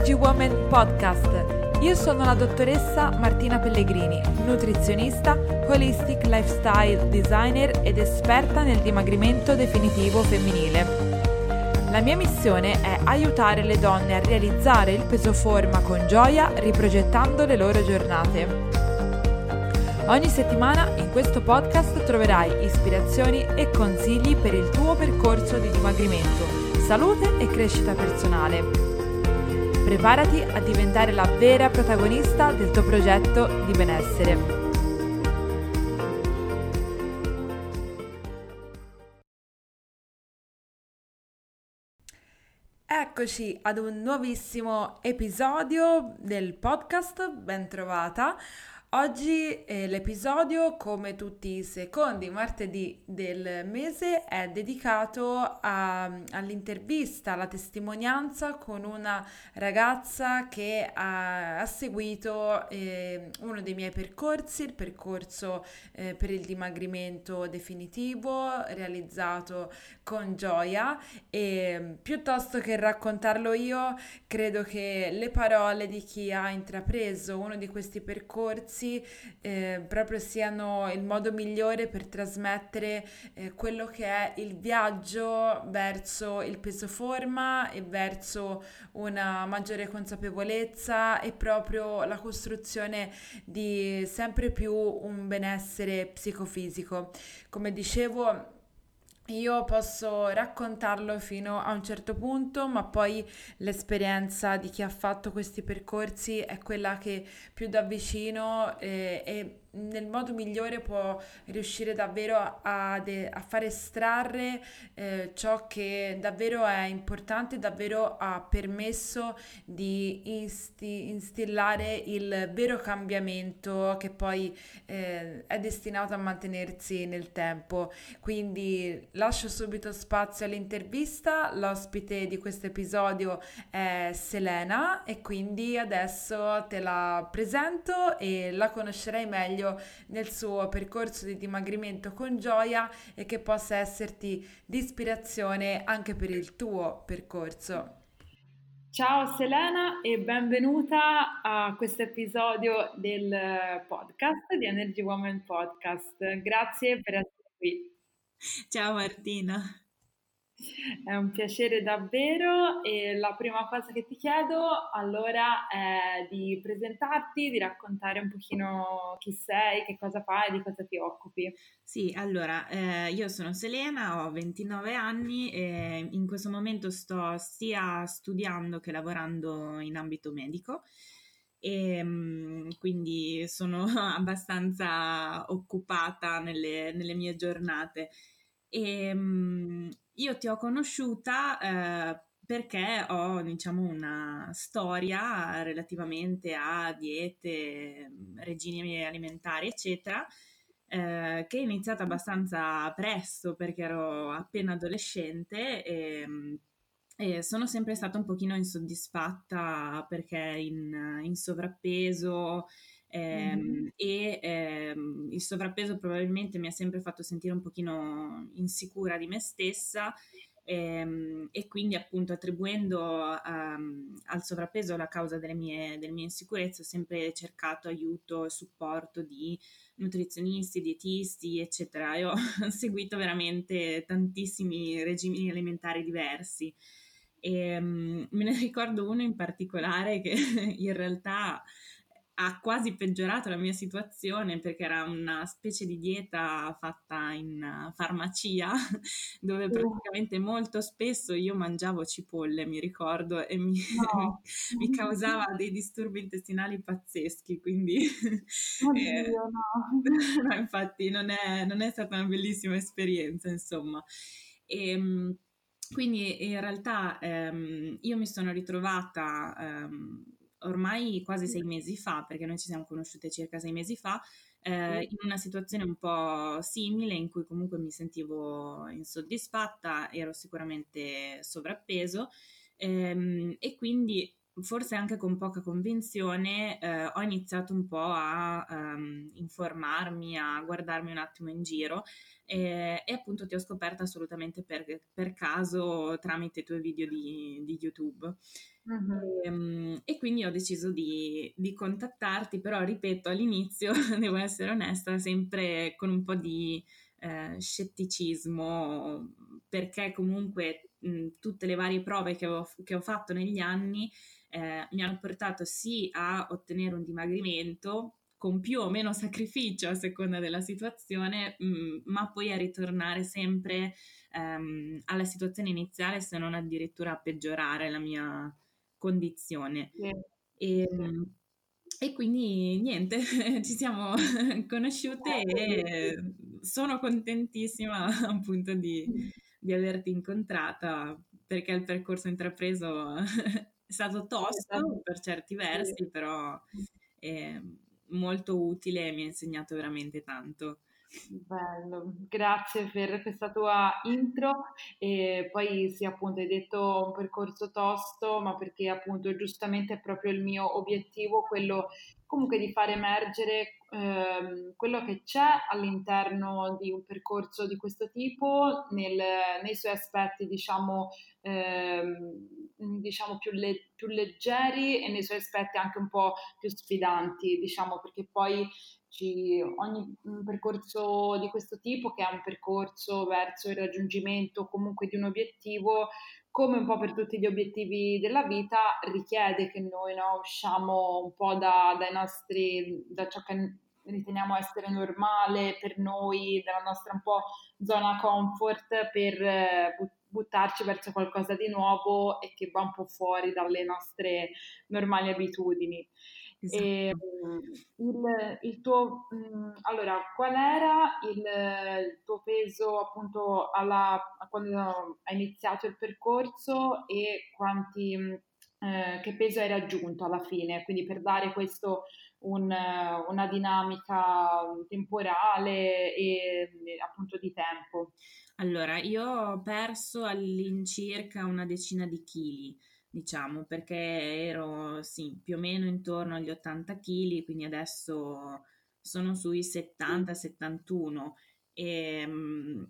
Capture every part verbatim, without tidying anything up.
Energy Woman Podcast. Io sono la dottoressa Martina Pellegrini, nutrizionista, holistic lifestyle designer ed esperta nel dimagrimento definitivo femminile. La mia missione è aiutare le donne a realizzare il peso forma con gioia, riprogettando le loro giornate. Ogni settimana in questo podcast troverai ispirazioni e consigli per il tuo percorso di dimagrimento, salute e crescita personale. Preparati a diventare la vera protagonista del tuo progetto di benessere. Eccoci ad un nuovissimo episodio del podcast, ben trovata. Oggi eh, l'episodio, come tutti i secondi martedì del mese, è dedicato a- all'intervista, alla testimonianza con una ragazza che ha, ha seguito eh, uno dei miei percorsi, il percorso eh, per il dimagrimento definitivo realizzato con gioia, e piuttosto che raccontarlo io, credo che le parole di chi ha intrapreso uno di questi percorsi eh, proprio siano il modo migliore per trasmettere eh, quello che è il viaggio verso il peso forma e verso una maggiore consapevolezza e proprio la costruzione di sempre più un benessere psicofisico. Come dicevo, io posso raccontarlo fino a un certo punto, ma poi l'esperienza di chi ha fatto questi percorsi è quella che più da vicino eh, e nel modo migliore può riuscire davvero a, de- a far estrarre eh, ciò che davvero è importante, davvero ha permesso di insti- instillare il vero cambiamento che poi eh, è destinato a mantenersi nel tempo. Quindi lascio subito spazio all'intervista. L'ospite di questo episodio è Selena e quindi adesso te la presento e la conoscerai meglio nel suo percorso di dimagrimento con gioia e che possa esserti di ispirazione anche per il tuo percorso. Ciao Selena e benvenuta a questo episodio del podcast di Energy Woman Podcast. Grazie per essere qui. Ciao Martina. È un piacere davvero e la prima cosa che ti chiedo allora è di presentarti, di raccontare un pochino chi sei, che cosa fai, di cosa ti occupi. Sì, allora, eh, io sono Selena, ho ventinove anni e in questo momento sto sia studiando che lavorando in ambito medico e mm, quindi sono abbastanza occupata nelle, nelle mie giornate. E, mm, io ti ho conosciuta eh, perché ho, diciamo, una storia relativamente a diete, regimi alimentari, eccetera, eh, che è iniziata abbastanza presto perché ero appena adolescente e, e sono sempre stata un pochino insoddisfatta perché in, in sovrappeso. Mhm. Ehm, e ehm, il sovrappeso probabilmente mi ha sempre fatto sentire un pochino insicura di me stessa, ehm, e quindi appunto attribuendo ehm, al sovrappeso la causa delle mie, delle mie insicurezze ho sempre cercato aiuto e supporto di nutrizionisti, dietisti, eccetera. E ho seguito veramente tantissimi regimi alimentari diversi. E, um, me ne ricordo uno in particolare che in realtà ha quasi peggiorato la mia situazione perché era una specie di dieta fatta in uh, farmacia dove Uh, praticamente molto spesso io mangiavo cipolle, mi ricordo, e mi, no. mi causava dei disturbi intestinali pazzeschi, quindi eh, Oddio, no. no, infatti non è, non è stata una bellissima esperienza, insomma. E, mh, quindi in realtà ehm, io mi sono ritrovata ehm, ormai quasi sei mesi fa, perché noi ci siamo conosciute circa sei mesi fa, eh, in una situazione un po' simile in cui comunque mi sentivo insoddisfatta, ero sicuramente sovrappeso, ehm, e quindi forse anche con poca convinzione, eh, ho iniziato un po' a ehm, informarmi, a guardarmi un attimo in giro e, e appunto ti ho scoperta assolutamente per, per caso tramite i tuoi video di, di YouTube. Mhm. E, e quindi ho deciso di, di contattarti, però ripeto, all'inizio, devo essere onesta, sempre con un po' di eh, scetticismo, perché comunque mh, tutte le varie prove che ho, che ho fatto negli anni eh, mi hanno portato sì a ottenere un dimagrimento con più o meno sacrificio a seconda della situazione, mh, ma poi a ritornare sempre ehm, alla situazione iniziale, se non addirittura a peggiorare la mia condizione. Sì, sì, E, sì. e quindi niente, ci siamo conosciute e sono contentissima appunto di, di averti incontrata perché il percorso intrapreso è stato tosto per certi Sì. versi, però è molto utile e mi ha insegnato veramente tanto. Bello, grazie per questa tua intro e poi sì, appunto hai detto un percorso tosto, ma perché appunto giustamente è proprio il mio obiettivo quello comunque di far emergere ehm, quello che c'è all'interno di un percorso di questo tipo nel- nei suoi aspetti diciamo, ehm, diciamo più, le- più leggeri e nei suoi aspetti anche un po' più sfidanti, diciamo perché poi ci- ogni un percorso di questo tipo, che è un percorso verso il raggiungimento comunque di un obiettivo, come un po' per tutti gli obiettivi della vita, richiede che noi no, usciamo un po' da, dai nostri, da ciò che riteniamo essere normale per noi, dalla nostra un po' zona comfort per eh, but- buttarci verso qualcosa di nuovo e che va un po' fuori dalle nostre normali abitudini. E, Esatto. mm, il, il tuo, mm, allora, qual era il, il tuo peso appunto alla, a quando hai iniziato il percorso e quanti, mm, eh, che peso hai raggiunto alla fine? Quindi per dare questo un, eh, una dinamica temporale e, e appunto di tempo. Allora, io ho perso all'incirca una decina di chili, diciamo, perché ero sì, più o meno intorno agli ottanta chili, quindi adesso sono sui settanta settantuno e mm,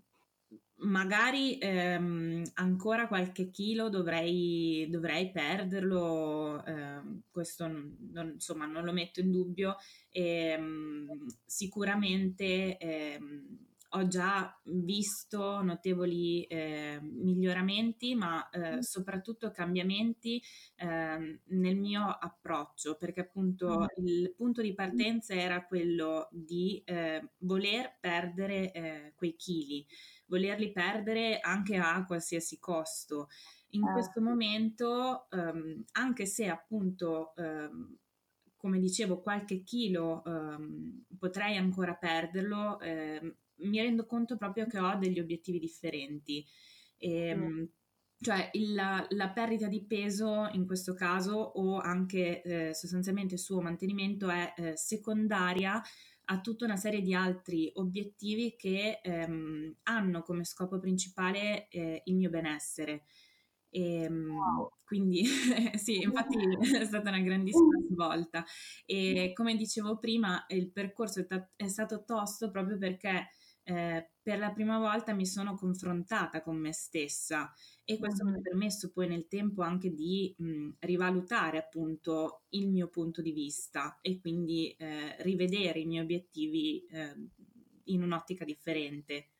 magari ehm, ancora qualche chilo dovrei, dovrei perderlo, ehm, questo non, non- insomma non lo metto in dubbio e mm, sicuramente ehm, ho già visto notevoli eh, miglioramenti, ma eh, soprattutto cambiamenti ehm, nel mio approccio, perché appunto il punto di partenza era quello di eh, voler perdere eh, quei chili, volerli perdere anche a qualsiasi costo. In Eh, questo momento, ehm, anche se appunto, ehm, come dicevo, qualche chilo ehm, potrei ancora perderlo, ehm, mi rendo conto proprio che ho degli obiettivi differenti. sì. Ehm, cioè il- la, la perdita di peso in questo caso o anche eh, sostanzialmente il suo mantenimento è eh, secondaria a tutta una serie di altri obiettivi che ehm, hanno come scopo principale eh, il mio benessere. E, mm, Wow. quindi sì, infatti è stata una grandissima svolta. E come dicevo prima, il percorso è, ta- è stato tosto proprio perché eh, per la prima volta mi sono confrontata con me stessa e questo mi ha Mhm. permesso poi nel tempo anche di mh, rivalutare appunto il mio punto di vista e quindi eh, rivedere i miei obiettivi eh, in un'ottica differente.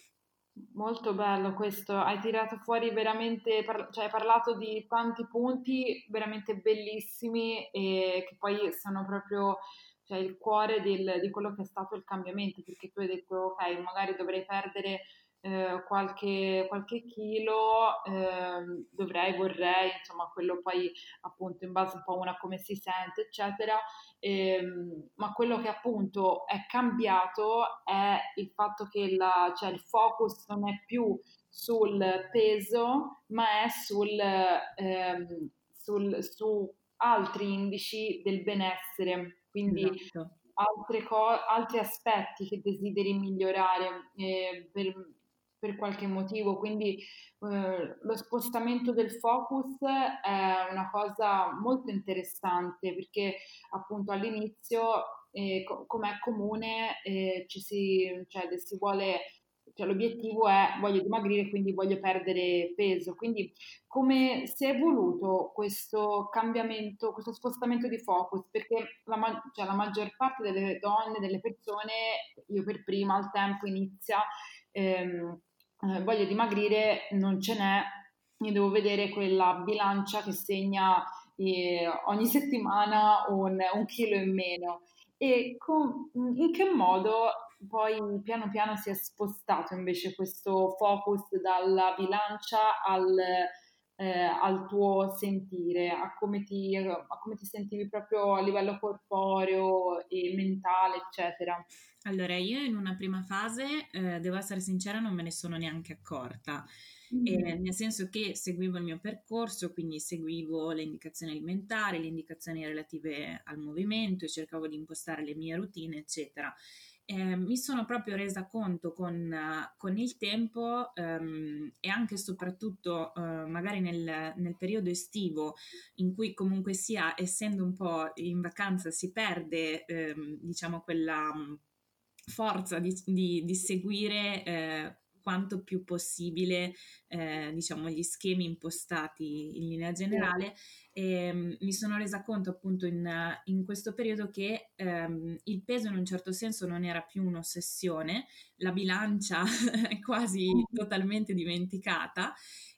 Molto bello questo, hai tirato fuori veramente, par- cioè hai parlato di tanti punti veramente bellissimi e che poi sono proprio, cioè, il cuore del- di quello che è stato il cambiamento, perché tu hai detto, ok, magari dovrei perdere eh, qualche, qualche chilo, ehm, dovrei, vorrei, insomma, quello poi appunto in base un po' a una come si sente, eccetera. Ehm, ma quello che appunto è cambiato è il fatto che la- cioè, il focus non è più sul peso, ma è sul, ehm, sul- su altri indici del benessere, quindi Esatto. altre co- altri aspetti che desideri migliorare. Eh, per- per qualche motivo, quindi eh, lo spostamento del focus è una cosa molto interessante perché appunto all'inizio, eh, co- come è comune, eh, ci si, cioè, si vuole, cioè, l'obiettivo è voglio dimagrire, quindi voglio perdere peso. Quindi come si è evoluto questo cambiamento, questo spostamento di focus? Perché la, ma- cioè, la maggior parte delle donne, delle persone, io per prima al tempo inizia, ehm, eh, voglio dimagrire, non ce n'è, io devo vedere quella bilancia che segna eh, ogni settimana un, un chilo in meno. E con- in che modo poi piano piano si è spostato invece questo focus dalla bilancia al, eh, al tuo sentire, a come ti, a come ti sentivi proprio a livello corporeo e mentale, eccetera. Allora, io in una prima fase, eh, devo essere sincera, non me ne sono neanche accorta, Mhm. eh, nel senso che seguivo il mio percorso, quindi seguivo le indicazioni alimentari, le indicazioni relative al movimento e cercavo di impostare le mie routine, eccetera. Eh, mi sono proprio resa conto con, eh, con il tempo, ehm, e anche e soprattutto eh, magari nel, nel periodo estivo in cui comunque sia, essendo un po' in vacanza, si perde, ehm, diciamo, quella mh, forza di, di- di seguire eh, quanto più possibile, eh, diciamo, gli schemi impostati in linea Sì. generale. E, mh, mi sono resa conto appunto in, in questo periodo che ehm, il peso in un certo senso non era più un'ossessione, la bilancia è quasi totalmente dimenticata,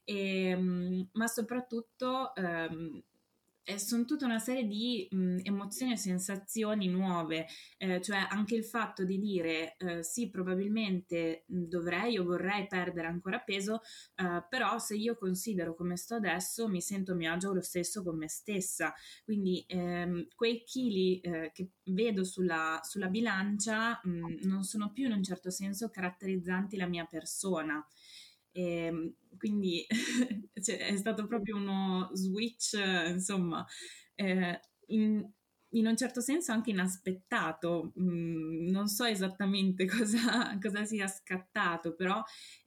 e, mh, ma soprattutto ehm, sono tutta una serie di mh, emozioni e sensazioni nuove, eh, cioè anche il fatto di dire eh, sì, probabilmente mh, dovrei o vorrei perdere ancora peso, eh, però se io considero come sto adesso mi sento a mio agio lo stesso con me stessa, quindi ehm, quei chili eh, che vedo sulla, sulla bilancia mh, non sono più in un certo senso caratterizzanti la mia persona. E, quindi cioè, è stato proprio uno switch, eh, insomma, eh, in, in un certo senso anche inaspettato. Mm, non so esattamente cosa, cosa sia scattato, però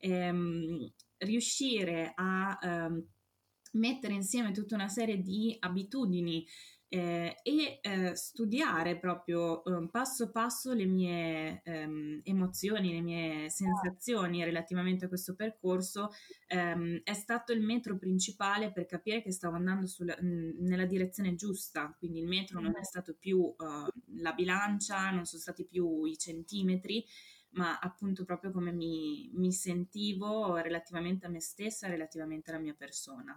ehm, riuscire a ehm, mettere insieme tutta una serie di abitudini eh, e eh, studiare proprio eh, passo passo le mie ehm, emozioni, le mie sensazioni relativamente a questo percorso, ehm, è stato il metro principale per capire che stavo andando sulla- mh, nella direzione giusta. Quindi il metro non è stato più eh, la bilancia, non sono stati più i centimetri, ma appunto proprio come mi, mi sentivo relativamente a me stessa, relativamente alla mia persona.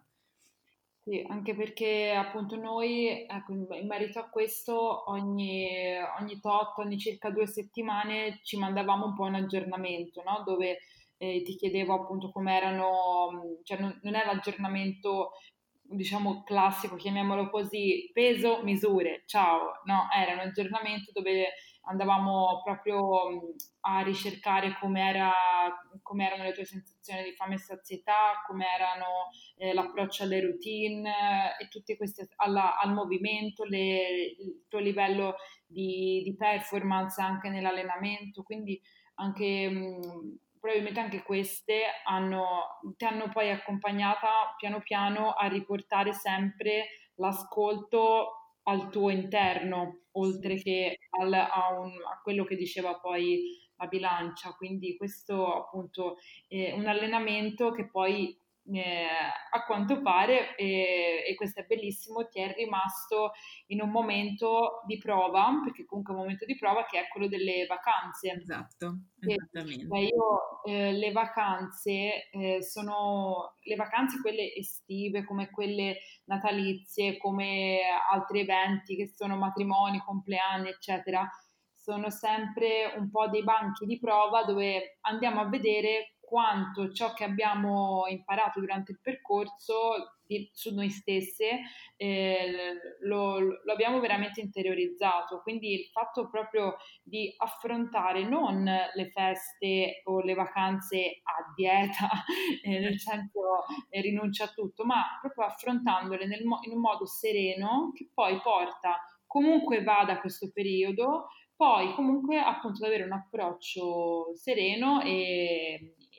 Sì, anche perché appunto noi, ecco, in in merito a questo, ogni, ogni tot, ogni circa due settimane ci mandavamo un po' un aggiornamento, no? Dove eh, ti chiedevo appunto com'erano, mh, cioè non, non è l'aggiornamento, diciamo, classico, chiamiamolo così, peso, misure, ciao, no, era un aggiornamento dove andavamo proprio mh, a ricercare com'era, com'erano le tue sensazioni di fame e sazietà, com'erano eh, l'approccio alle routine eh, e tutte queste alla- al movimento, le- il tuo livello di, di performance anche nell'allenamento, quindi anche mh, probabilmente anche queste hanno, ti hanno poi accompagnata piano piano a riportare sempre l'ascolto al tuo interno, oltre Sì. che al- a, un- a quello che diceva poi la bilancia. Quindi questo appunto è un allenamento che poi eh, a quanto pare, eh, e questo è bellissimo, ti è rimasto in un momento di prova, perché comunque è un momento di prova che è quello delle vacanze. Esatto, Che, esattamente. beh, io eh, le vacanze eh, sono le vacanze quelle estive, come quelle natalizie, come altri eventi che sono matrimoni, compleanni, eccetera, sono sempre un po' dei banchi di prova dove andiamo a vedere quanto ciò che abbiamo imparato durante il percorso di- su noi stesse eh, lo, lo abbiamo veramente interiorizzato. Quindi il fatto proprio di affrontare non le feste o le vacanze a dieta, eh, nel senso eh, rinuncia a tutto, ma proprio affrontandole nel mo- in un modo sereno che poi porta comunque vada questo periodo, poi comunque appunto ad avere un approccio sereno e,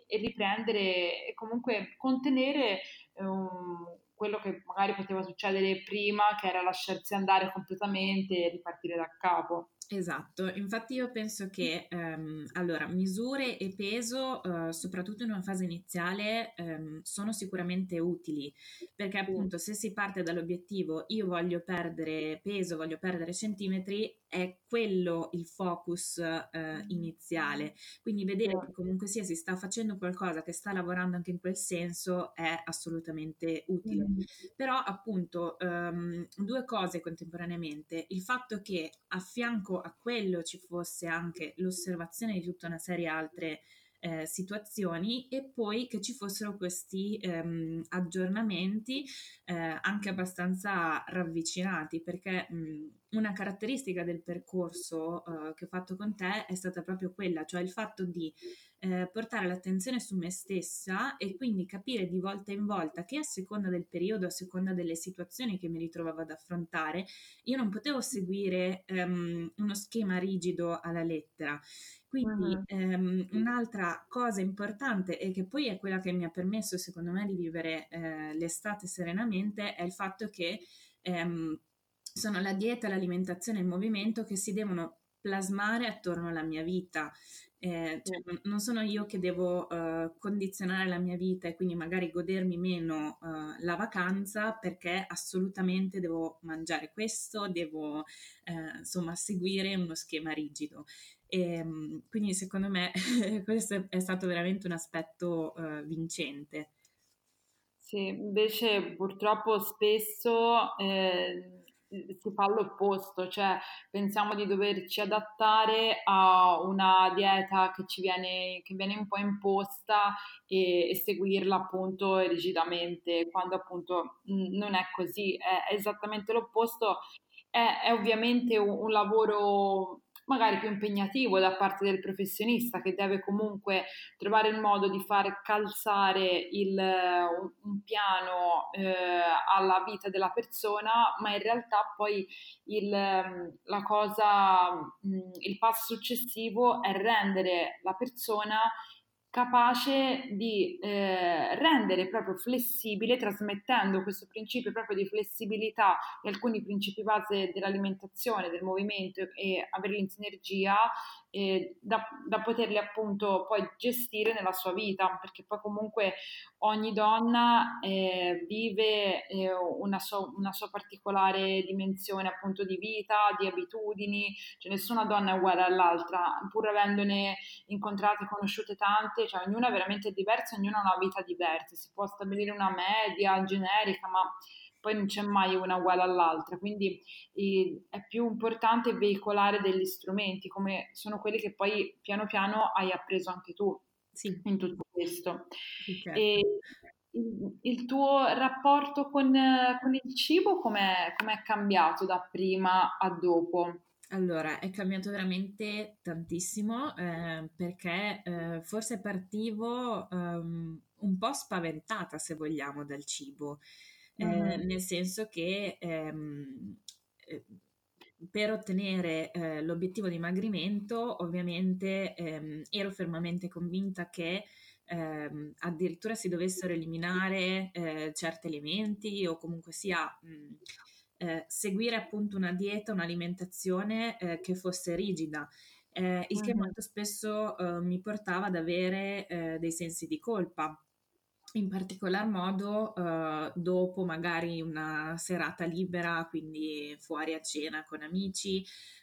e riprendere e comunque contenere um, quello che magari poteva succedere prima, che era lasciarsi andare completamente e ripartire da capo. Esatto, infatti io penso che ehm, allora, misure e peso, eh, soprattutto in una fase iniziale, ehm, sono sicuramente utili, perché Sì. appunto se si parte dall'obiettivo io voglio perdere peso, voglio perdere centimetri, è quello il focus eh, iniziale. Quindi Sì. vedere che comunque sia si sta facendo qualcosa che sta lavorando anche in quel senso è assolutamente utile. Mhm. Però appunto ehm, due cose contemporaneamente, il fatto che a fianco a quello ci fosse anche l'osservazione di tutta una serie altre eh, situazioni e poi che ci fossero questi ehm, aggiornamenti eh, anche abbastanza ravvicinati, perché mh, una caratteristica del percorso eh, che ho fatto con te è stata proprio quella, cioè il fatto di eh, portare l'attenzione su me stessa e quindi capire di volta in volta che a seconda del periodo, a seconda delle situazioni che mi ritrovavo ad affrontare, io non potevo seguire ehm, uno schema rigido alla lettera. Quindi Mhm. ehm, un'altra cosa importante e che poi è quella che mi ha permesso secondo me di vivere eh, l'estate serenamente è il fatto che ehm, sono la dieta, l'alimentazione e il movimento che si devono plasmare attorno alla mia vita. Eh, Sì. cioè, non non sono io che devo eh, condizionare la mia vita e quindi magari godermi meno eh, la vacanza perché assolutamente devo mangiare questo, devo eh, insomma seguire uno schema rigido. E, mh, quindi secondo me questo è, è stato veramente un aspetto eh, vincente. Sì, invece purtroppo spesso eh, si fa l'opposto, cioè pensiamo di doverci adattare a una dieta che ci viene, che viene un po' imposta e, e seguirla appunto rigidamente, quando appunto mh, non è così, è, è esattamente l'opposto. È, è ovviamente un, un lavoro magari più impegnativo da parte del professionista che deve comunque trovare il modo di far calzare il, un, un piano eh, alla vita della persona, ma in realtà poi il, ehm, la cosa, mh, il passo successivo è rendere la persona capace di eh, rendere proprio flessibile, trasmettendo questo principio proprio di flessibilità e alcuni principi base dell'alimentazione, del movimento e averli in sinergia eh, da, da poterli appunto poi gestire nella sua vita, perché poi comunque ogni donna eh, vive eh, una, so- una sua particolare dimensione appunto di vita, di abitudini, cioè nessuna donna è uguale all'altra, pur avendone incontrate e conosciute tante, cioè ognuna è veramente diversa, ognuna ha una vita diversa, si può stabilire una media generica, ma poi non c'è mai una uguale all'altra, quindi eh, è più importante veicolare degli strumenti, come sono quelli che poi piano piano hai appreso anche tu Sì, in tutto questo. sì, certo. E il, il tuo rapporto con, con il cibo com'è, com'è cambiato da prima a dopo? Allora, è cambiato veramente tantissimo eh, perché eh, forse partivo ehm, un po' spaventata, se vogliamo, dal cibo, eh, Mhm. nel senso che ehm, eh, per ottenere eh, l'obiettivo di dimagrimento, ovviamente ehm, ero fermamente convinta che ehm, addirittura si dovessero eliminare eh, certi alimenti o comunque sia mh, eh, seguire appunto una dieta, un'alimentazione eh, che fosse rigida, eh, il che Mhm. molto spesso eh, mi portava ad avere eh, dei sensi di colpa. In particolar modo eh, dopo magari una serata libera, quindi fuori a cena con amici,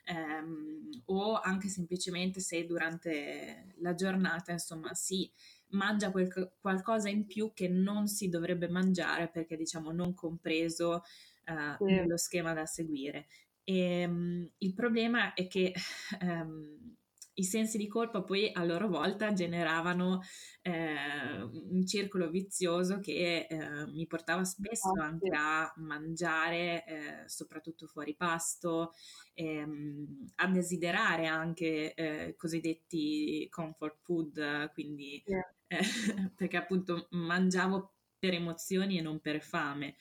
ehm, o anche semplicemente se durante la giornata, insomma, si mangia quel- qualcosa in più che non si dovrebbe mangiare perché diciamo non compreso eh, Sì. nello schema da seguire. E, mm, il problema è che ehm, i sensi di colpa poi a loro volta generavano eh, un circolo vizioso che eh, mi portava spesso anche Infatti. a mangiare, eh, soprattutto fuori pasto, ehm, a desiderare anche eh, cosiddetti comfort food, eh, quindi Sì. eh, perché appunto mangiavo per emozioni e non per fame.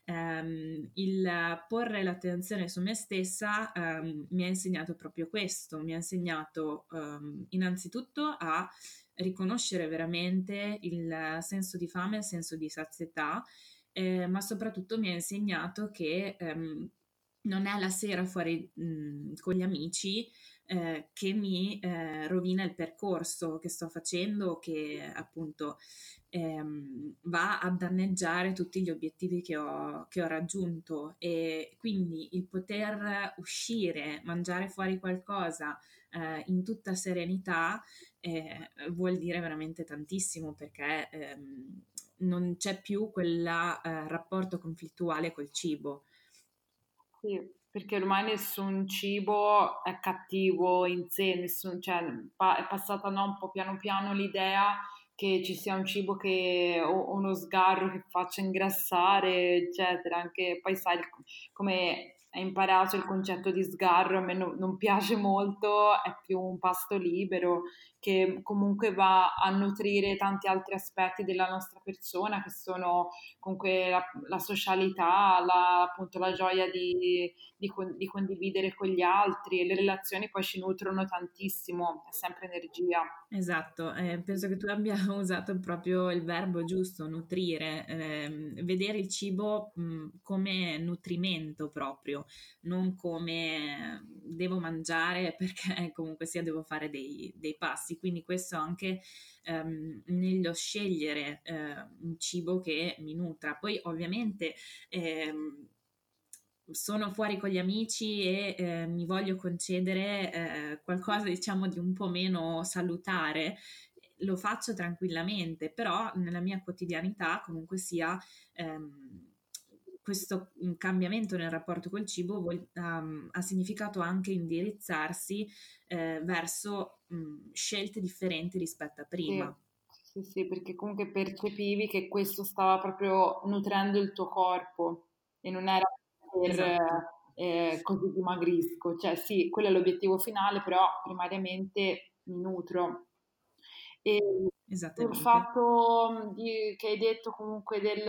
Um, il porre l'attenzione su me stessa um, mi ha insegnato proprio questo, mi ha insegnato um, innanzitutto a riconoscere veramente il senso di fame, il senso di sazietà, eh, ma soprattutto mi ha insegnato che ehm, non è la sera fuori mh, con gli amici eh, che mi eh, rovina il percorso che sto facendo, che appunto ehm, va a danneggiare tutti gli obiettivi che ho, che ho raggiunto. E quindi il poter uscire, mangiare fuori qualcosa eh, in tutta serenità eh, vuol dire veramente tantissimo, perché ehm, non c'è più quel eh, rapporto conflittuale col cibo. Sì, perché ormai nessun cibo è cattivo in sé, nessun- cioè, pa- è passata, no, un po' piano piano l'idea che ci sia un cibo che, o o uno sgarro che faccia ingrassare, eccetera. Anche poi sai il- come hai imparato il concetto di sgarro, a me non, non piace molto, è più un pasto libero che comunque va a nutrire tanti altri aspetti della nostra persona, che sono comunque la, la socialità, la, appunto la gioia di, di con- di condividere con gli altri, e le relazioni poi ci nutrono tantissimo, è sempre energia. Esatto, eh, penso che tu abbia usato proprio il verbo giusto, nutrire, ehm, vedere il cibo mh, come nutrimento proprio, non come devo mangiare perché comunque sia devo fare dei, dei passi. Quindi questo anche ehm, nello scegliere eh, un cibo che mi nutra. Poi ovviamente ehm, sono fuori con gli amici e eh, mi voglio concedere eh, qualcosa, diciamo, di un po' meno salutare, lo faccio tranquillamente, però nella mia quotidianità comunque sia ehm, questo cambiamento nel rapporto col cibo vuol- um, ha significato anche indirizzarsi eh, verso mh, scelte differenti rispetto a Sì, prima. sì, sì, perché comunque percepivi che questo stava proprio nutrendo il tuo corpo e non era per Esatto, eh, così dimagrisco, cioè sì, quello è l'obiettivo finale, però primariamente mi nutro. E il esattamente. fatto di- che hai detto comunque del,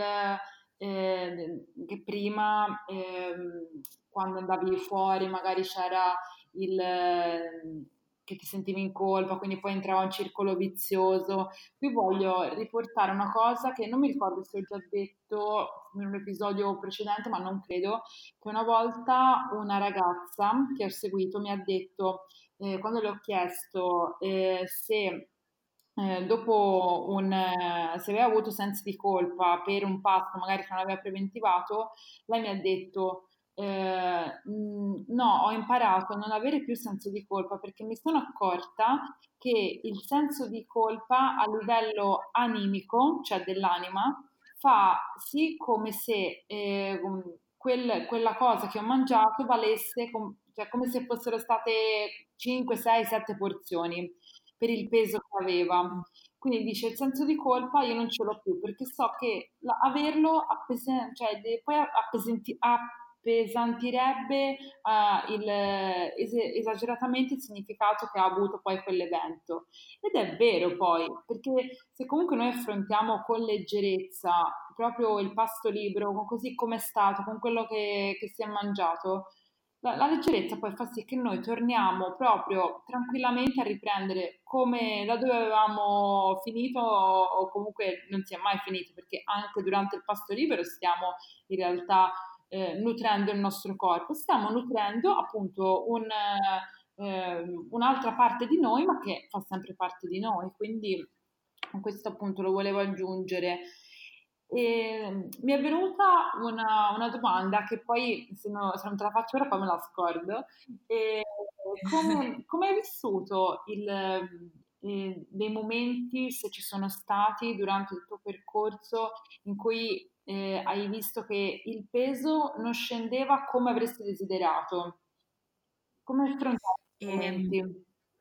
eh, del- che prima ehm, quando andavi fuori magari c'era il ehm, che ti sentivi in colpa, quindi poi entrava un circolo vizioso. Qui voglio riportare una cosa che non mi ricordo se ho già detto in un episodio precedente, ma non credo, che una volta una ragazza che ho seguito mi ha detto, eh, quando le ho chiesto eh, se eh, dopo un, eh, se aveva avuto sensi di colpa per un pasto magari che non aveva preventivato, lei mi ha detto eh, "Mm, no, ho imparato a non avere più senso di colpa perché mi sono accorta che il senso di colpa a livello animico, cioè dell'anima, fa sì come se eh, um, quel- quella cosa che ho mangiato valesse, com- cioè come se fossero state cinque, sei, sette porzioni per il peso che aveva. Quindi dice il senso di colpa io non ce l'ho più perché so che la- averlo appesen- cioè, de- poi appesenti- appesantirebbe eh, il, es- esageratamente il significato che ha avuto poi quell'evento. Ed è vero poi, perché se comunque noi affrontiamo con leggerezza proprio il pasto libero, con così come è stato, con quello che, che si è mangiato, la, la leggerezza poi fa sì che noi torniamo proprio tranquillamente a riprendere come da dove avevamo finito o comunque non si è mai finito, perché anche durante il pasto libero stiamo in realtà eh, nutrendo il nostro corpo, stiamo nutrendo appunto un, eh, un'altra parte di noi, ma che fa sempre parte di noi, quindi questo appunto lo volevo aggiungere. E mi è venuta una, una domanda che poi se, no- se non te la faccio ora poi me la scordo. E come, come hai vissuto il, eh, dei momenti, se ci sono stati durante il tuo percorso, in cui eh, hai visto che il peso non scendeva come avresti desiderato? Come hai affrontato questi Ehm, momenti?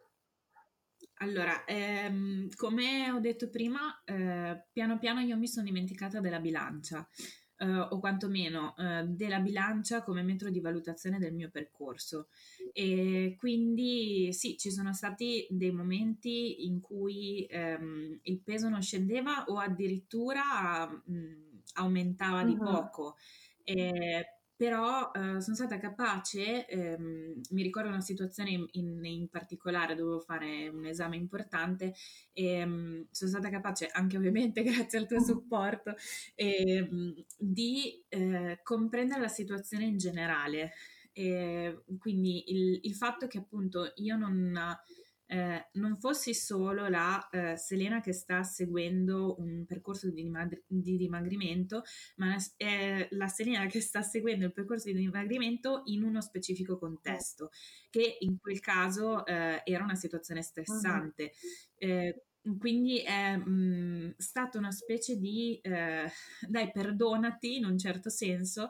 Allora, ehm, come ho detto prima, eh, piano piano io mi sono dimenticata della bilancia, eh, o quantomeno eh, della bilancia come metro di valutazione del mio percorso. E quindi sì, ci sono stati dei momenti in cui ehm, il peso non scendeva o addirittura mh, aumentava di Mhm. poco. Eh, però eh, sono stata capace, ehm, mi ricordo una situazione in, in- in particolare, dovevo fare un esame importante e mm, sono stata capace, anche ovviamente grazie al tuo supporto, ehm, di eh, comprendere la situazione in generale. E quindi il, il fatto che appunto io non, eh, non fossi solo la eh, Selena che sta seguendo un percorso di, dimagri- di dimagrimento, ma è la Selena che sta seguendo il percorso di dimagrimento in uno specifico contesto, che in quel caso eh, era una situazione Mhm. stressante. Eh, quindi è mh, stata una specie di eh, dai, perdonati in un certo senso,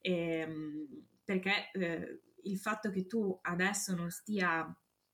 ehm, perché eh, il fatto che tu adesso non stia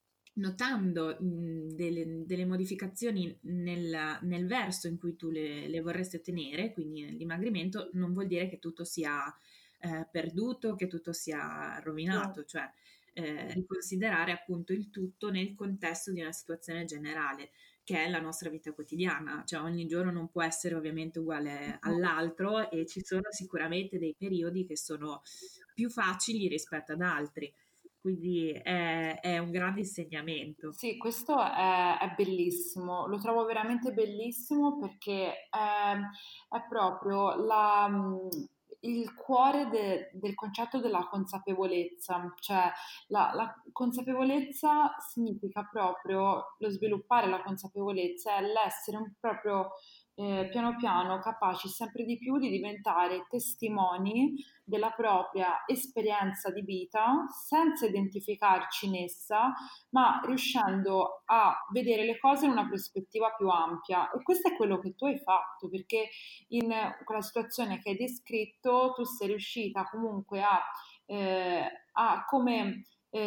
notando mh, delle, delle modificazioni nel, nel verso in cui tu le, le vorresti ottenere, quindi nel dimagrimento, non vuol dire che tutto sia eh, perduto, che tutto sia rovinato, cioè eh, riconsiderare appunto il tutto nel contesto di una situazione generale, che è la nostra vita quotidiana, cioè ogni giorno non può essere ovviamente uguale all'altro e ci sono sicuramente dei periodi che sono più facili rispetto ad altri. Quindi è, è un grande insegnamento. Sì, questo è, è bellissimo, lo trovo veramente bellissimo perché è, è proprio la, mh, il cuore de- del concetto della consapevolezza, cioè la, la consapevolezza significa proprio lo sviluppare la consapevolezza, è l'essere un proprio eh, piano piano capaci sempre di più di diventare testimoni della propria esperienza di vita senza identificarci in essa ma riuscendo a vedere le cose in una prospettiva più ampia. E questo è quello che tu hai fatto, perché in quella situazione che hai descritto tu sei riuscita comunque a, eh, a come...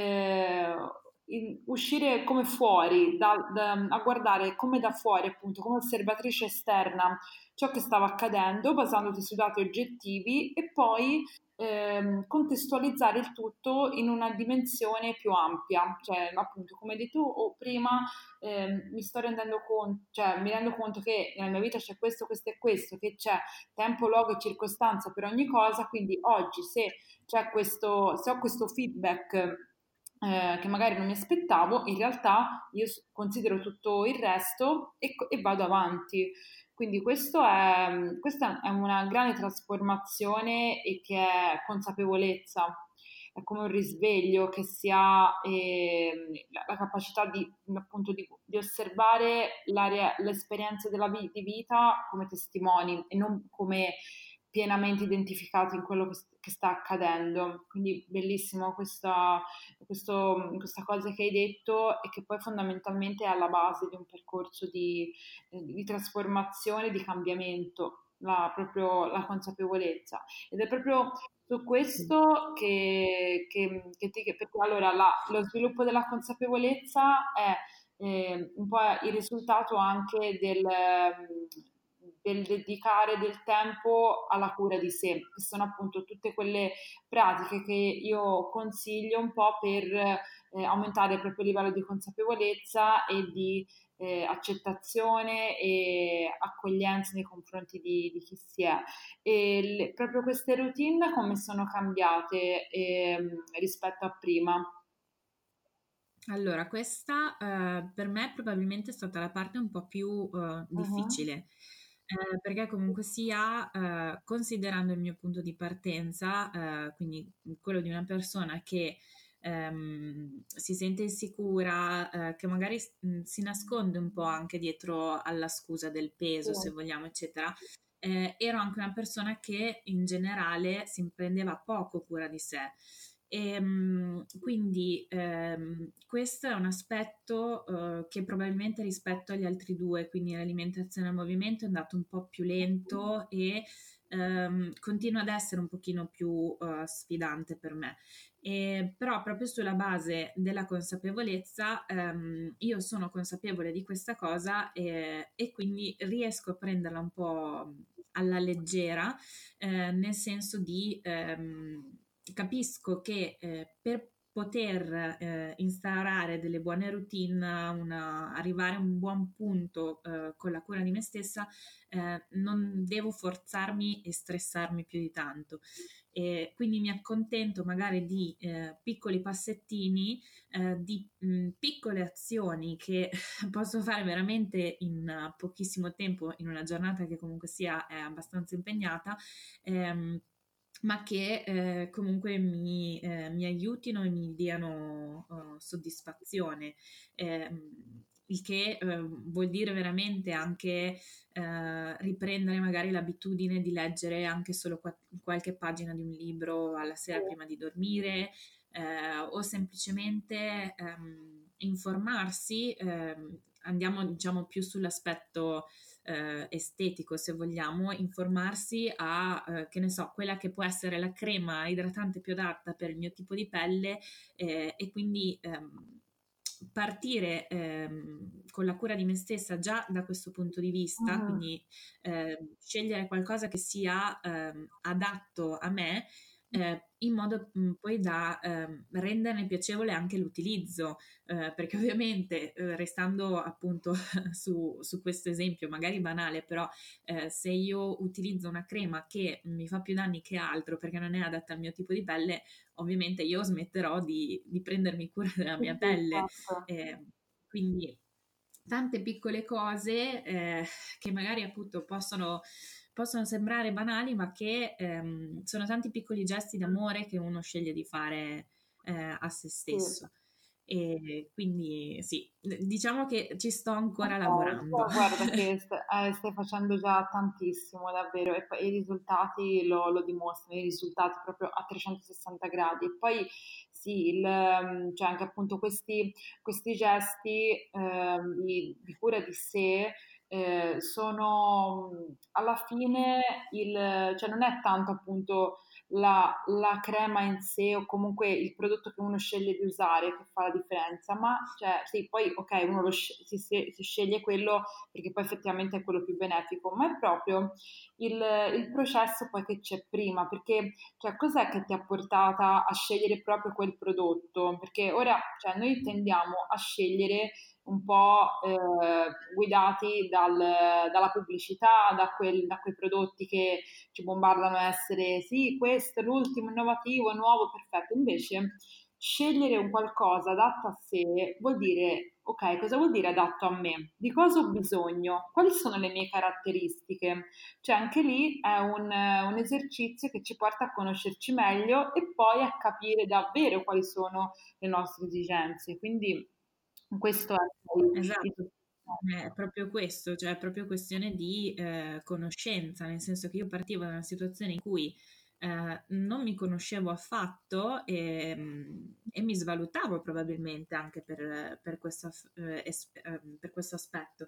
eh, in- uscire come fuori, da- da- a guardare come da fuori, appunto, come osservatrice esterna ciò che stava accadendo, basandoti su dati oggettivi e poi ehm, contestualizzare il tutto in una dimensione più ampia, cioè appunto come hai detto tu prima ehm, mi sto rendendo conto, cioè mi rendo conto che nella mia vita c'è questo, questo e questo, che c'è tempo, luogo e circostanza per ogni cosa, quindi oggi se c'è questo, se ho questo feedback eh, che magari non mi aspettavo, in realtà io s- considero tutto il resto e, co- e vado avanti. Quindi questo è, questa è una grande trasformazione e che è consapevolezza, è come un risveglio che si ha ehm, la, la capacità di, appunto, di, di osservare la rea- l'esperienza della vi- di vita come testimoni e non come pienamente identificati in quello che, st- che sta accadendo. Quindi bellissimo questa, questo- questa cosa che hai detto e che poi fondamentalmente è alla base di un percorso di eh, di trasformazione, di cambiamento, la, proprio la consapevolezza. Ed è proprio su questo che, che, che ti, che- perché allora la- lo sviluppo della consapevolezza è eh, un po' il risultato anche del, ehm, del dedicare del tempo alla cura di sé, che sono appunto tutte quelle pratiche che io consiglio un po' per eh, aumentare il proprio livello di consapevolezza e di eh, accettazione e accoglienza nei confronti di, di chi si è. E le- proprio queste routine come sono cambiate ehm, rispetto a prima? Allora, questa eh, per me probabilmente è stata la parte un po' più eh, Mhm. difficile, eh, perché comunque sia, eh, considerando il mio punto di partenza, eh, quindi quello di una persona che ehm, si sente insicura, eh, che magari mh, si nasconde un po' anche dietro alla scusa del Sì. peso, se vogliamo, eccetera, eh, ero anche una persona che in generale si prendeva poco cura di sé. E, mh, quindi ehm, questo è un aspetto eh, che probabilmente rispetto agli altri due, quindi l'alimentazione al movimento è andato un po' più lento e ehm, continua ad essere un pochino più eh, sfidante per me. E, però proprio sulla base della consapevolezza ehm, io sono consapevole di questa cosa e, e quindi riesco a prenderla un po' alla leggera, eh, nel senso di ehm, capisco che eh, per poter eh, instaurare delle buone routine, una, arrivare a un buon punto eh, con la cura di me stessa, eh, non devo forzarmi e stressarmi più di tanto. E quindi mi accontento magari di eh, piccoli passettini, eh, di mh, piccole azioni che posso fare veramente in uh, pochissimo tempo, in una giornata che comunque sia è abbastanza impegnata, ehm, ma che eh, comunque mi, eh, mi aiutino e mi diano uh, soddisfazione. Ehm, il che eh, vuol dire veramente anche eh, riprendere magari l'abitudine di leggere anche solo qua- qualche pagina di un libro alla sera prima di dormire, eh, o semplicemente ehm, informarsi. Ehm, andiamo diciamo più sull'aspetto eh, estetico, se vogliamo, informarsi a, eh, che ne so, quella che può essere la crema idratante più adatta per il mio tipo di pelle, eh, e quindi ehm, partire ehm, con la cura di me stessa già da questo punto di vista, Mhm. quindi ehm, scegliere qualcosa che sia ehm, adatto a me, eh, in modo mh, poi da ehm, renderne piacevole anche l'utilizzo, eh, perché ovviamente eh, restando appunto su, su questo esempio magari banale, però eh, se io utilizzo una crema che mi fa più danni che altro perché non è adatta al mio tipo di pelle, ovviamente io smetterò di, di prendermi cura della Sì, mia sì, pelle. certo. Eh, quindi tante piccole cose eh, che magari appunto possono, possono sembrare banali, ma che ehm, sono tanti piccoli gesti d'amore che uno sceglie di fare eh, a se Sì. stesso. E quindi sì, diciamo che ci sto ancora Ok, lavorando. però guarda che st- eh, stai facendo già tantissimo, davvero, e poi i risultati lo, lo dimostrano, i risultati proprio a trecentosessanta gradi. E poi sì, il, ehm, cioè anche appunto questi, questi gesti ehm, di, di cura di sé eh, sono mh, alla fine il, cioè non è tanto appunto la, la crema in sé o comunque il prodotto che uno sceglie di usare che fa la differenza, ma cioè sì, poi ok, uno lo sce- si, si- si sceglie quello perché poi effettivamente è quello più benefico, ma è proprio il, il processo poi che c'è prima, perché cioè, cos'è che ti ha portata a scegliere proprio quel prodotto? Perché ora cioè, noi tendiamo a scegliere un po' eh, guidati dal- dalla pubblicità, da, quel- da quei prodotti che ci bombardano a essere sì, questo è l'ultimo, innovativo, nuovo, perfetto. Invece scegliere un qualcosa adatto a sé vuol dire, ok, cosa vuol dire adatto a me? Di cosa ho bisogno? Quali sono le mie caratteristiche? Cioè anche lì è un, un esercizio che ci porta a conoscerci meglio e poi a capire davvero quali sono le nostre esigenze. Quindi questo è il, il- Esatto, è proprio questo, cioè è proprio questione di eh, conoscenza, nel senso che io partivo da una situazione in cui eh, non mi conoscevo affatto e, mm, e mi svalutavo probabilmente anche per, per questo, aff- eh, es- ehm, per questo aspetto.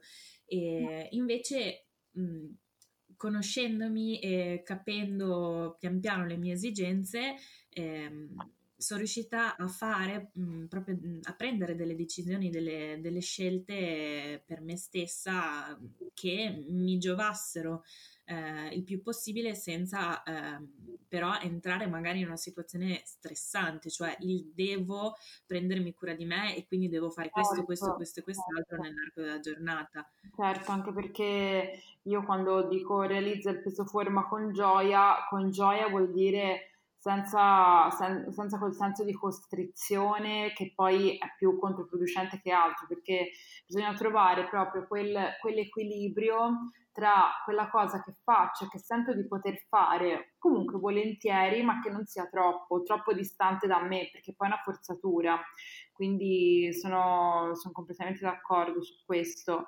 E invece, mh, conoscendomi e capendo pian piano le mie esigenze, ehm, sono riuscita a fare mh, proprio mh, a prendere delle decisioni, delle, delle scelte per me stessa mh, che mi giovassero eh, il più possibile senza ehm, però entrare magari in una situazione stressante, cioè il devo prendermi cura di me e quindi devo fare questo, questo, certo, questo e quest'altro certo. nell'arco della giornata. Certo, anche perché io quando dico realizza il peso forma con gioia, con gioia vuol dire senza, sen- senza quel senso di costrizione che poi è più controproducente che altro, perché bisogna trovare proprio quel- quell'equilibrio tra quella cosa che faccio e che sento di poter fare comunque volentieri, ma che non sia troppo, troppo distante da me, perché poi è una forzatura. Quindi sono, sono completamente d'accordo su questo.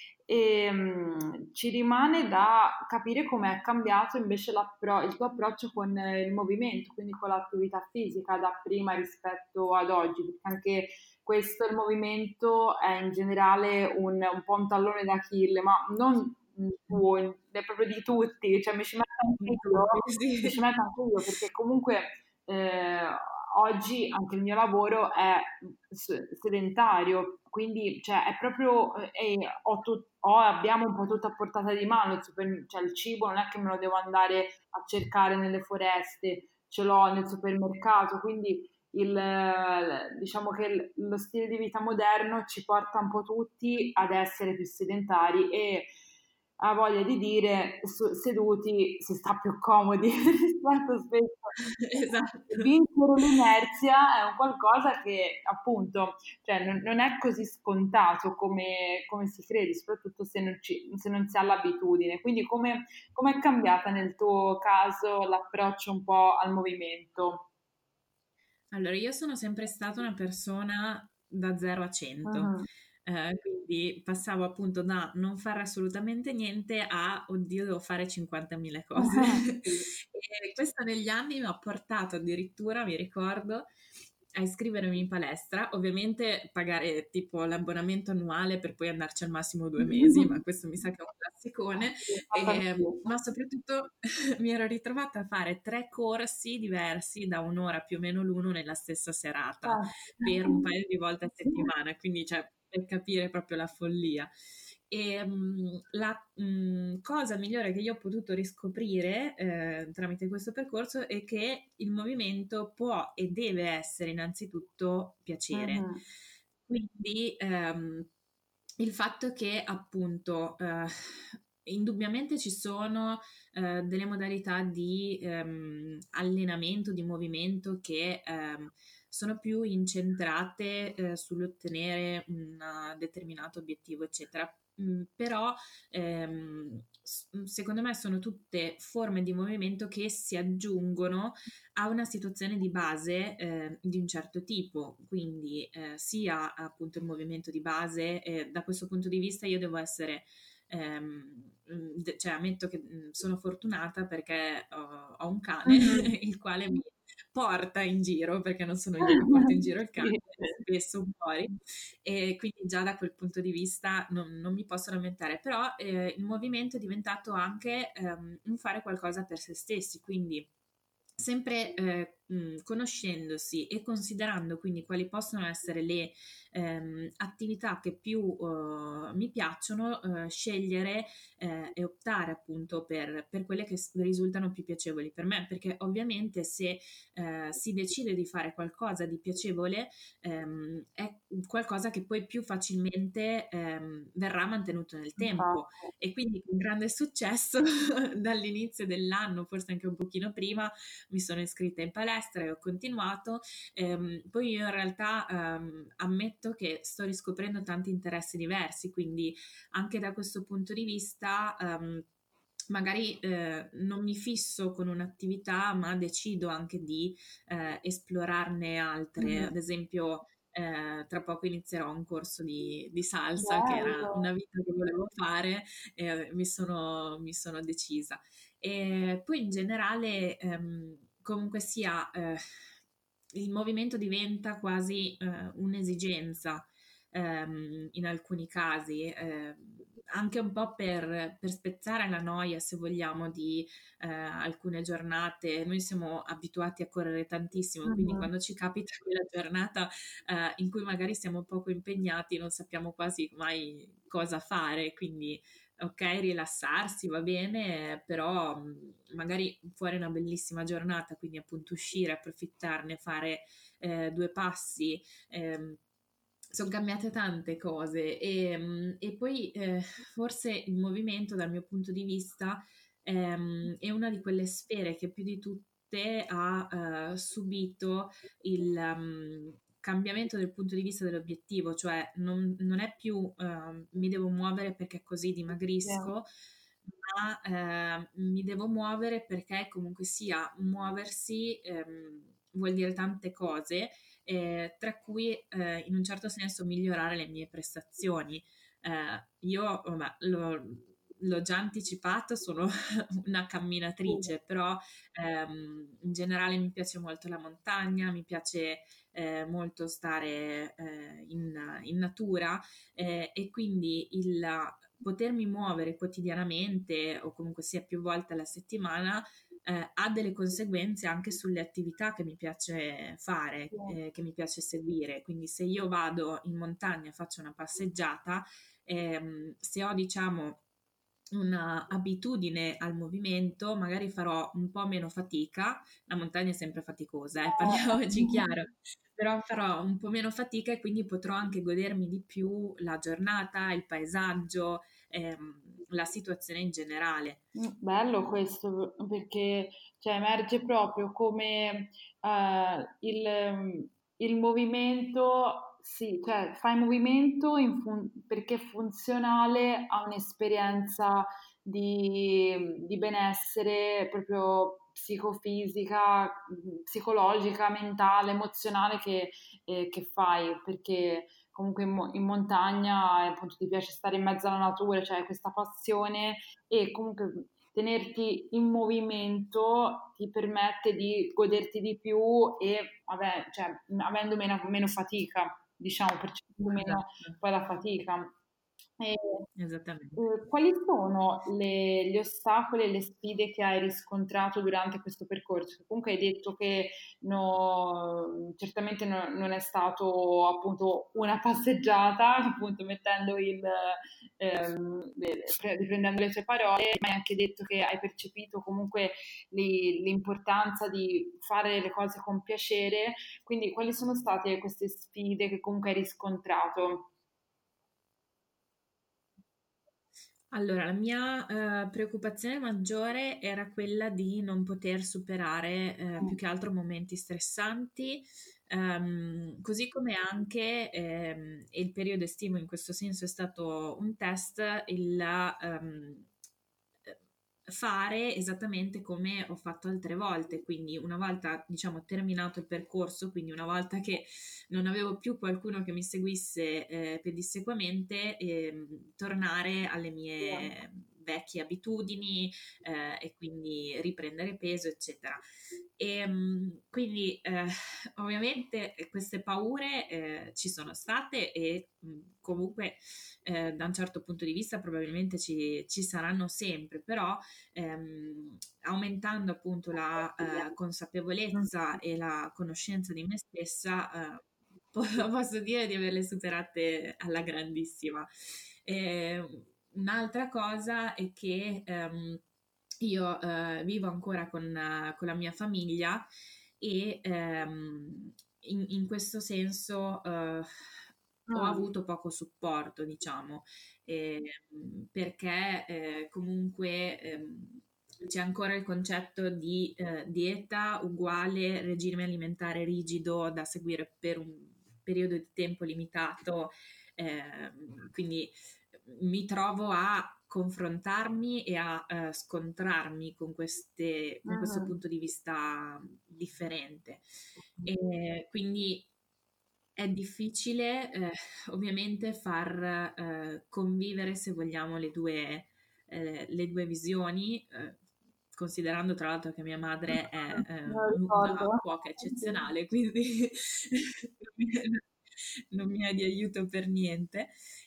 E, mh, ci rimane da capire come è cambiato invece l'appro- il tuo approccio con eh, il movimento, quindi con l'attività fisica da prima rispetto ad oggi, perché anche questo, il movimento, è in generale un, un po' un tallone d'Achille, ma non mm, tuo, è proprio di tutti, cioè mi ci metto anche Di io, tutti, mi ci sì. metto anche io perché comunque eh, oggi anche il mio lavoro è s- sedentario, quindi cioè, è proprio, eh, è- ho tut- ho- abbiamo un po' tutto a portata di mano, il, super- cioè, il cibo non è che me lo devo andare a cercare nelle foreste, ce l'ho nel supermercato, quindi il, eh, diciamo che il- lo stile di vita moderno ci porta un po' tutti ad essere più sedentari e ha voglia di dire su- seduti si sta più comodi rispetto spesso. Esatto. Vincere l'inerzia è un qualcosa che appunto, cioè, non, non è così scontato come, come si crede, soprattutto se non, ci- se non si ha l'abitudine. Quindi come come è cambiata nel tuo caso l'approccio un po' al movimento? Allora, io sono sempre stata una persona da zero a cento, Mhm. eh, quindi passavo appunto da non fare assolutamente niente a, oddio, devo fare cinquantamila cose. Sì. E questo negli anni mi ha portato addirittura, mi ricordo, a iscrivermi in palestra, ovviamente pagare tipo l'abbonamento annuale per poi andarci al massimo due mesi, ma questo mi sa che è un classicone, Sì, l'ho fatto e, anch'io. ma soprattutto mi ero ritrovata a fare tre corsi diversi da un'ora più o meno l'uno nella stessa serata Ah, per un paio di volte a settimana, quindi cioè, per capire proprio la follia. E mh, la mh, cosa migliore che io ho potuto riscoprire eh, tramite questo percorso è che il movimento può e deve essere innanzitutto piacere. mhm. Quindi ehm, il fatto che appunto eh, indubbiamente ci sono eh, delle modalità di ehm, allenamento, di movimento che ehm, sono più incentrate eh, sull'ottenere un determinato obiettivo, eccetera. Mm, però ehm, s- secondo me sono tutte forme di movimento che si aggiungono a una situazione di base eh, di un certo tipo, quindi eh, sia appunto il movimento di base, e da questo punto di vista io devo essere, ehm, mm, de- cioè ammetto che mm, sono fortunata perché ho, ho un cane Mhm. il quale mi porta in giro, perché non sono io che porto in giro il cane, Sì. spesso fuori, e quindi già da quel punto di vista non, non mi posso lamentare, però eh, il movimento è diventato anche ehm, un fare qualcosa per se stessi, quindi sempre eh, mh, conoscendosi e considerando quindi quali possono essere le ehm, attività che più eh, mi piacciono, eh, scegliere eh, e optare appunto per, per quelle che s- risultano più piacevoli per me, perché ovviamente se eh, si decide di fare qualcosa di piacevole, ehm, è qualcosa che poi più facilmente ehm, verrà mantenuto nel tempo Infatti. e quindi con grande successo dall'inizio dell'anno, forse anche un pochino prima, mi sono iscritta in palestra e ho continuato. Ehm, poi io in realtà ehm, ammetto che sto riscoprendo tanti interessi diversi, quindi anche da questo punto di vista ehm, magari eh, non mi fisso con un'attività, ma decido anche di eh, esplorarne altre. Mhm. Ad esempio, eh, tra poco inizierò un corso di, di salsa, che era Bello. una vita che volevo fare e mi sono, mi sono decisa. E poi in generale, ehm, comunque sia, eh, il movimento diventa quasi eh, un'esigenza ehm, in alcuni casi, eh, anche un po' per, per spezzare la noia, se vogliamo, di eh, alcune giornate. Noi siamo abituati a correre tantissimo, quindi Mhm. quando ci capita quella giornata eh, in cui magari siamo poco impegnati, non sappiamo quasi mai cosa fare, quindi ok, rilassarsi va bene, però mh, magari fuori una bellissima giornata, quindi appunto uscire, approfittarne, fare eh, due passi. ehm, sono cambiate tante cose e, mh, e poi eh, forse il movimento dal mio punto di vista ehm, è una di quelle sfere che più di tutte ha eh, subito il um, cambiamento del punto di vista dell'obiettivo, cioè non, non è più ehm, mi devo muovere perché così Sì. dimagrisco, ma eh, mi devo muovere perché comunque sia muoversi ehm, vuol dire tante cose, eh, tra cui eh, in un certo senso migliorare le mie prestazioni. Eh, io vabbè, lo, l'ho già anticipato, sono una camminatrice, però ehm, in generale mi piace molto la montagna, mi piace eh, molto stare eh, in, in natura eh, e quindi il potermi muovere quotidianamente o comunque sia più volte alla settimana eh, ha delle conseguenze anche sulle attività che mi piace fare, Sì. eh, che mi piace seguire. Quindi se io vado in montagna e faccio una passeggiata, ehm, se ho diciamo una abitudine al movimento, magari farò un po' meno fatica, la montagna è sempre faticosa, eh, parliamoci chiaro, però farò un po' meno fatica e quindi potrò anche godermi di più la giornata, il paesaggio, ehm, la situazione in generale. Mm, bello questo perché cioè, emerge proprio come eh, il, il movimento, sì, cioè fai movimento in fun- perché è funzionale a un'esperienza di, di benessere proprio psicofisica, mh, psicologica, mentale, emozionale che, eh, che fai, perché comunque in, mo- in montagna eh, appunto ti piace stare in mezzo alla natura, cioè hai questa passione e comunque tenerti in movimento ti permette di goderti di più e vabbè, cioè, avendo meno, meno fatica, diciamo, percependo meno Esatto, poi la fatica. E, esattamente. eh, quali sono le- gli ostacoli e le sfide che hai riscontrato durante questo percorso? Comunque hai detto che no- certamente no- non è stato appunto una passeggiata, appunto mettendo il, ehm, le- pre- riprendendo le tue parole, ma hai anche detto che hai percepito comunque li- l'importanza di fare le cose con piacere, quindi quali sono state queste sfide che comunque hai riscontrato? Allora, la mia eh, preoccupazione maggiore era quella di non poter superare eh, più Mm. che altro momenti stressanti, ehm, così come anche ehm, e il periodo estivo in questo senso è stato un test, il ehm, fare esattamente come ho fatto altre volte, quindi una volta diciamo terminato il percorso, quindi una volta che non avevo più qualcuno che mi seguisse eh, pedissequamente, ehm, tornare alle mie vecchie abitudini eh, e quindi riprendere peso, eccetera. E, mh, quindi eh, ovviamente queste paure eh, ci sono state e mh, comunque eh, da un certo punto di vista probabilmente ci, ci saranno sempre, però ehm, aumentando appunto la eh, consapevolezza e la conoscenza di me stessa, eh, po- posso dire di averle superate alla grandissima. Eh, Un'altra cosa è che ehm, io eh, vivo ancora con, eh, con la mia famiglia e ehm, in, in questo senso eh, ho Ah, avuto poco supporto, diciamo, ehm, perché eh, comunque ehm, c'è ancora il concetto di eh, dieta uguale regime alimentare rigido da seguire per un periodo di tempo limitato, ehm, quindi mi trovo a confrontarmi e a eh, scontrarmi con queste, con questo mhm. punto di vista differente. E quindi è difficile, eh, ovviamente, far eh, convivere, se vogliamo, le due, eh, le due visioni, eh, considerando tra l'altro che mia madre è eh, Me lo una ricordo. cuoca eccezionale, quindi non mi è, non mi è di aiuto per niente.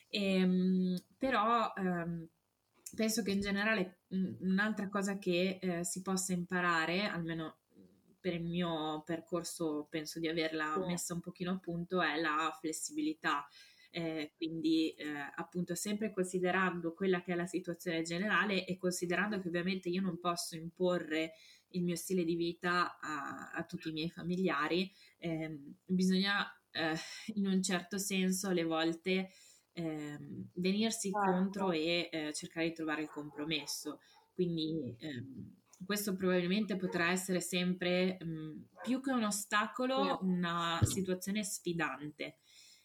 Ehm, però ehm, penso che in generale mh, un'altra cosa che eh, si possa imparare, almeno per il mio percorso penso di averla Sì. messa un pochino a punto, è la flessibilità. Eh, quindi eh, appunto sempre considerando quella che è la situazione generale e considerando che ovviamente io non posso imporre il mio stile di vita a, a tutti i miei familiari, ehm, bisogna eh, in un certo senso alle volte ehm, venirsi contro Certo. e eh, cercare di trovare il compromesso. Quindi ehm, questo probabilmente potrà essere sempre mh, più che un Sì. ostacolo, una situazione sfidante.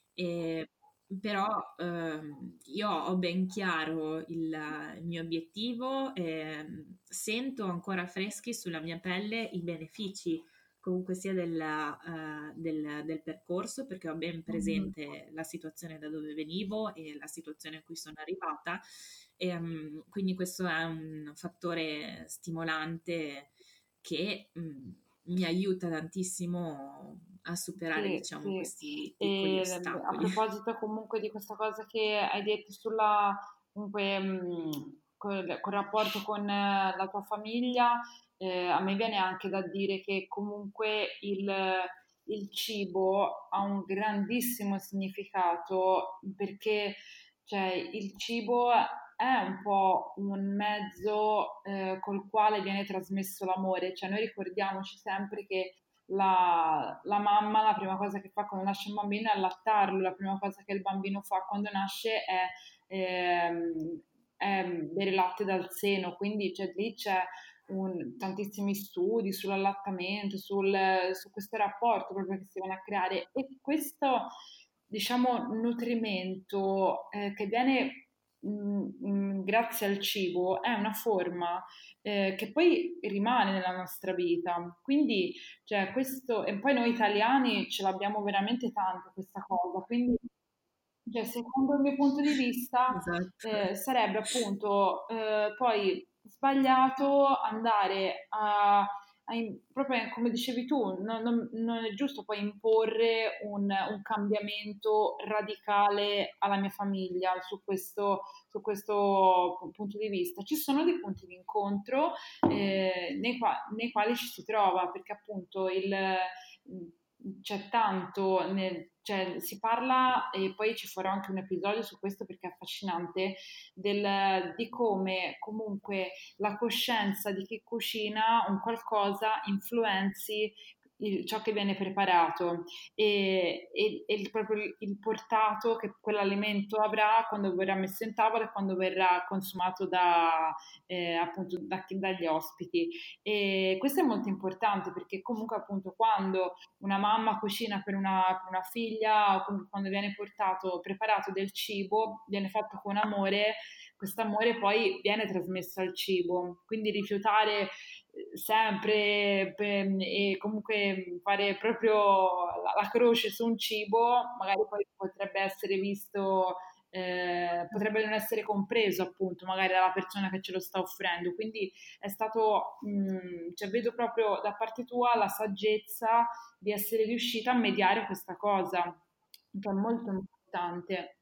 E, però ehm, io ho ben chiaro il, il mio obiettivo, ehm, sento ancora freschi sulla mia pelle i benefici comunque sia della, eh, del, del percorso, perché ho ben Mhm. presente la situazione da dove venivo e la situazione a cui sono arrivata. E, um, quindi questo è un fattore stimolante che mm, mi aiuta tantissimo a superare, Sì, diciamo, sì. questi piccoli E ehm, a ostacoli. proposito comunque di questa cosa che hai detto sulla, comunque, mh, col, col rapporto con eh, la tua famiglia, eh, a me viene anche da dire che comunque il, il cibo ha un grandissimo significato perché cioè, il cibo è un po' un mezzo eh, col quale viene trasmesso l'amore, cioè noi ricordiamoci sempre che la, la mamma la prima cosa che fa quando nasce un bambino è allattarlo, la prima cosa che il bambino fa quando nasce è, ehm, è bere latte dal seno, quindi cioè, lì c'è un- tantissimi studi sull'allattamento, sul, su questo rapporto proprio che si viene a creare e questo, diciamo, nutrimento eh, che viene mh, mh, grazie al cibo è una forma eh, che poi rimane nella nostra vita. Quindi, cioè, questo, e poi noi italiani ce l'abbiamo veramente tanto questa cosa, quindi, cioè, secondo il mio punto di vista, Esatto. eh, sarebbe appunto eh, poi sbagliato andare a, a in- proprio come dicevi tu, non, non- non è giusto poi imporre un, un cambiamento radicale alla mia famiglia su questo, su questo pu- punto di vista. Ci sono dei punti di incontro eh, nei, qua- nei quali ci si trova, perché appunto il, c'è tanto, nel- cioè, si parla e poi ci farò anche un episodio su questo perché è affascinante, del- di come comunque la coscienza di chi cucina un qualcosa influenzi il- ciò che viene preparato e, e- e il, proprio il, il portato che quell'alimento avrà quando verrà messo in tavola e quando verrà consumato da, eh, appunto da chi- dagli ospiti. E questo è molto importante perché comunque appunto quando una mamma cucina per una, per una figlia o comunque quando viene portato, preparato del cibo, viene fatto con amore, questo amore poi viene trasmesso al cibo. Quindi rifiutare eh, sempre per- e comunque fare proprio la, la croce su un cibo, magari poi potrebbe essere visto eh, potrebbe non essere compreso appunto magari dalla persona che ce lo sta offrendo. Quindi è stato, mh, cioè vedo proprio da parte tua la saggezza di essere riuscita a mediare questa cosa, che è molto importante.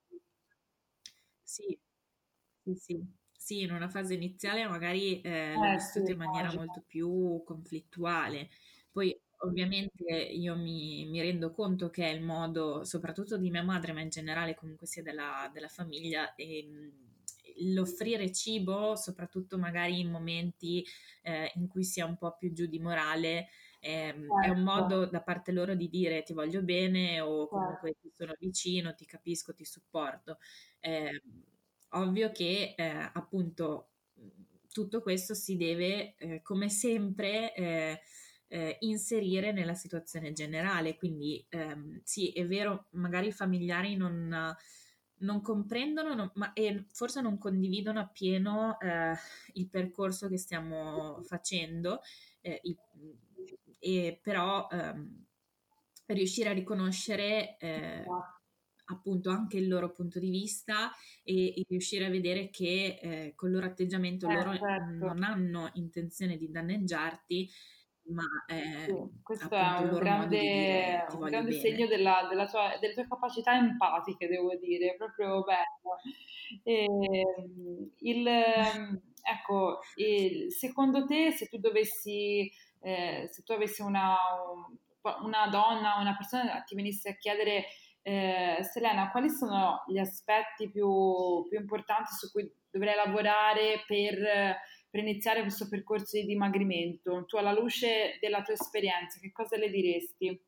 Sì, sì, sì. Sì, in una fase iniziale magari eh, l'ho Eh sì, vissuto in maniera immagino. molto più conflittuale. Poi ovviamente io mi, mi rendo conto che è il modo, soprattutto di mia madre, ma in generale comunque sia della, della famiglia, ehm, l'offrire cibo, soprattutto magari in momenti eh, in cui si è un po' più giù di morale, ehm, è un Certo, modo da parte loro di dire ti voglio bene o certo, comunque ti sono vicino, ti capisco, ti supporto. Eh, Ovvio che eh, appunto tutto questo si deve, eh, come sempre, eh, eh, inserire nella situazione generale. Quindi ehm, sì, è vero, magari i familiari non, non comprendono, non- ma, e forse non condividono appieno eh, il percorso che stiamo facendo, eh, i- e però ehm, riuscire a riconoscere eh, esatto. appunto anche il loro punto di vista e, e riuscire a vedere che eh, con il loro atteggiamento Eh, loro certo. non hanno intenzione di danneggiarti, ma Sì, è questo è appunto il un loro modo di grande, dire ti un voglio grande bene. segno della, della tua- delle tue capacità empatiche, devo dire, proprio bello. Ehm, il, ehm, ecco, il- secondo te, se tu dovessi, eh, se tu avessi una, una donna, una persona che ti venisse a chiedere, eh, Selena, quali sono gli aspetti più, più importanti su cui dovrei lavorare per per iniziare questo percorso di dimagrimento? Tu alla luce della tua esperienza, che cosa le diresti?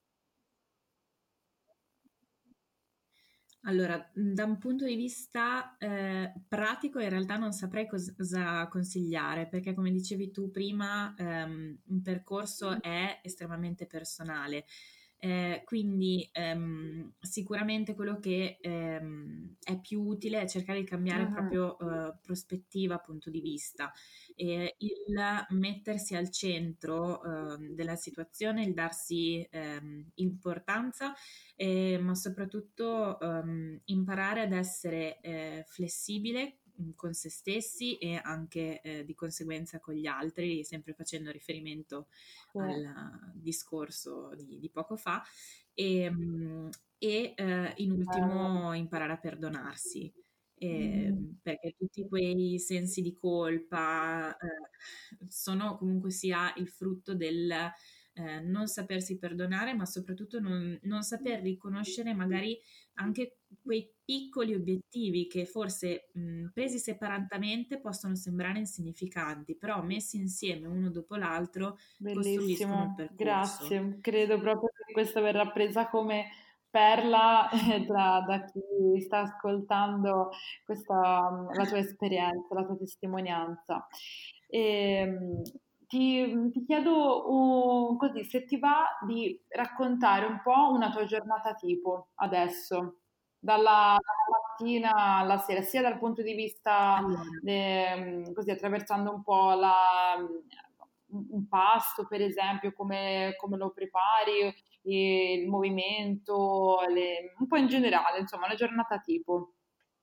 Allora, da un punto di vista eh, pratico, in realtà non saprei cos- cosa consigliare, perché come dicevi tu prima, ehm, un percorso è estremamente personale. Eh, quindi ehm, sicuramente quello che ehm, è più utile è cercare di cambiare Mhm, proprio eh, prospettiva, punto di vista, e il mettersi al centro ehm, della situazione, il darsi ehm, importanza, eh, ma soprattutto ehm, imparare ad essere eh, flessibile mh, con se stessi e anche eh, di conseguenza con gli altri, sempre facendo riferimento sì, al discorso di, di poco fa, e, mh, e, eh, in bello. ultimo imparare a perdonarsi. eh, Mhm, perché tutti quei sensi di colpa eh, sono comunque sia il frutto del eh, non sapersi perdonare, ma soprattutto non, non saper riconoscere magari anche quei piccoli obiettivi che forse mh, presi separatamente possono sembrare insignificanti, però messi insieme uno dopo l'altro costruiscono il Bellissimo, percorso. grazie. Credo proprio che questa verrà presa come perla eh, tra- da chi sta ascoltando questa, la tua esperienza, la tua testimonianza. Ehm, ti, ti chiedo un- così, se ti va di raccontare un po' una tua giornata tipo adesso, dalla, dalla mattina alla sera, sia dal punto di vista Allora, ehm, così attraversando un po' la, un un pasto, per esempio, come, come lo prepari, e il movimento, le- un po' in generale, insomma, una giornata tipo.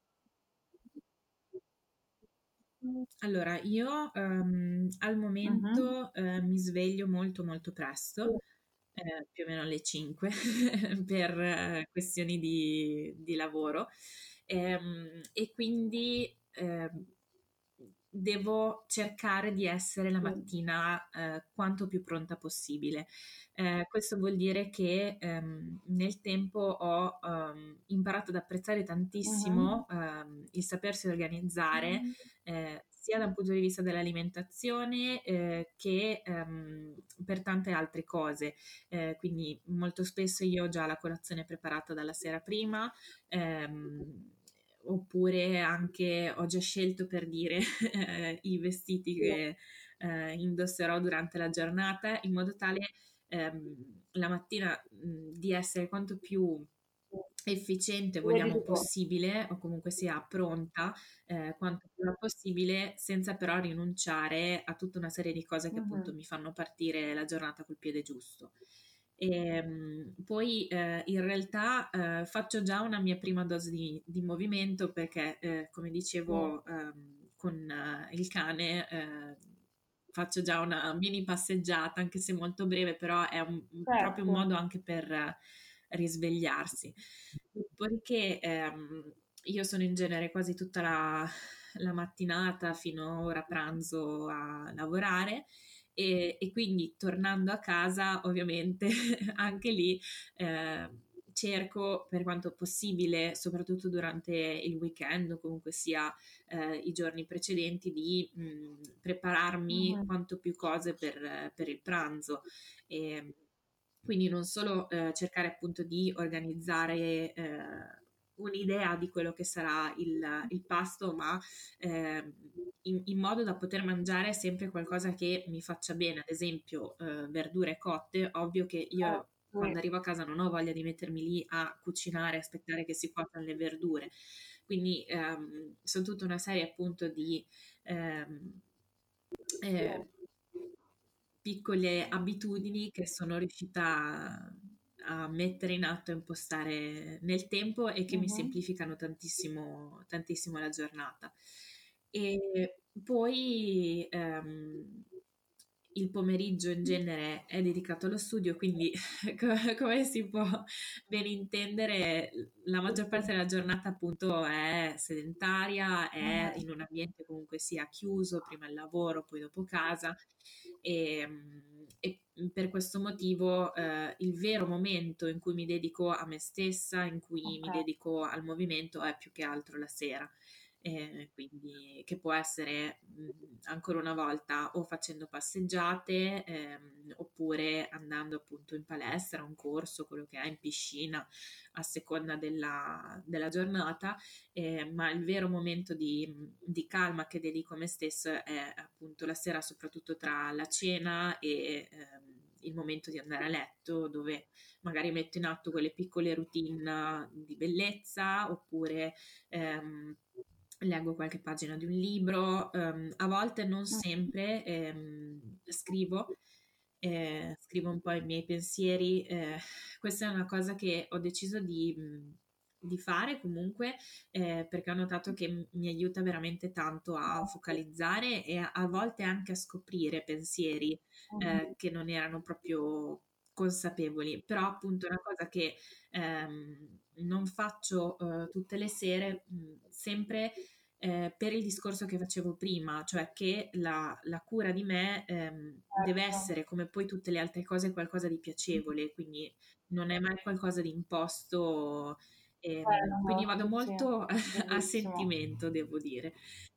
allora, io ehm, al Mhm. momento eh, mi sveglio molto molto presto, eh, più o meno alle cinque per eh, questioni di, di lavoro. Ehm, e quindi ehm, devo cercare di essere la Sì. mattina eh, quanto più pronta possibile. Eh, questo vuol dire che ehm, nel tempo ho ehm, imparato ad apprezzare Mhm. tantissimo ehm, il sapersi organizzare eh, sia dal punto di vista dell'alimentazione eh, che ehm, per tante altre cose. Eh, quindi molto spesso io ho già la colazione preparata dalla sera prima, ehm, oppure anche ho già scelto per dire eh, i vestiti Sì. che eh, indosserò durante la giornata in modo tale ehm, la mattina mh, di essere quanto più efficiente Come vogliamo dici tu. possibile o comunque sia pronta eh, quanto prima possibile senza però rinunciare a tutta una serie di cose che appunto Mhm. mi fanno partire la giornata col piede giusto. E, mh, poi eh, in realtà eh, faccio già una mia prima dose di, di movimento perché eh, come Sì. dicevo ehm, con eh, il cane eh, faccio già una mini passeggiata anche se molto breve, però è un- proprio un Certo. modo anche per eh, risvegliarsi. Dopodiché ehm, io sono in genere quasi tutta la, la mattinata fino a ora pranzo a lavorare e, e quindi tornando a casa ovviamente anche lì eh, cerco per quanto possibile, soprattutto durante il weekend o comunque sia eh, i giorni precedenti, di mh, prepararmi Mhm. quanto più cose per, per il pranzo. E, quindi non solo eh, cercare appunto di organizzare eh, un'idea di quello che sarà il, il pasto, ma eh, in, in modo da poter mangiare sempre qualcosa che mi faccia bene, ad esempio eh, verdure cotte, ovvio che Eh, io sì. quando arrivo a casa non ho voglia di mettermi lì a cucinare, aspettare che si cuocano le verdure, quindi ehm, sono tutta una serie appunto di ehm, eh, piccole abitudini che sono riuscita a, a mettere in atto e impostare nel tempo e che mi Mhm. semplificano tantissimo, tantissimo la giornata. E poi ehm, il pomeriggio in genere è dedicato allo studio, quindi co- come si può ben intendere, la Sì, maggior sì. parte della giornata appunto è sedentaria, è Mhm. in un ambiente comunque sia chiuso, prima il lavoro, poi dopo casa e, e per questo motivo eh, il vero momento in cui mi dedico a me stessa, in cui Ok. mi dedico al movimento è più che altro la sera. Eh, quindi che può essere mh, ancora una volta o facendo passeggiate ehm, oppure andando appunto in palestra, a un corso, quello che è in piscina a seconda della, della giornata, eh, ma il vero momento di, di calma che dedico a me stesso è appunto la sera, soprattutto tra la cena e ehm, il momento di andare a letto, dove magari metto in atto quelle piccole routine di bellezza oppure ehm, leggo qualche pagina di un libro, ehm, a volte non Mm. sempre ehm, scrivo, eh, scrivo un po' i miei pensieri. Eh, questa è una cosa che ho deciso di, mh, di fare comunque eh, perché ho notato che m- mi aiuta veramente tanto a focalizzare e a, a volte anche a scoprire pensieri Mhm. eh, che non erano proprio consapevoli, però appunto è una cosa che ehm, non faccio eh, tutte le sere, mh, sempre eh, per il discorso che facevo prima, cioè che la, la cura di me ehm, deve Certo. essere, come poi tutte le altre cose, qualcosa di piacevole, quindi non è mai qualcosa di imposto E, Eh, quindi no, vado sì, sì, molto a bellissimo. sentimento, devo dire.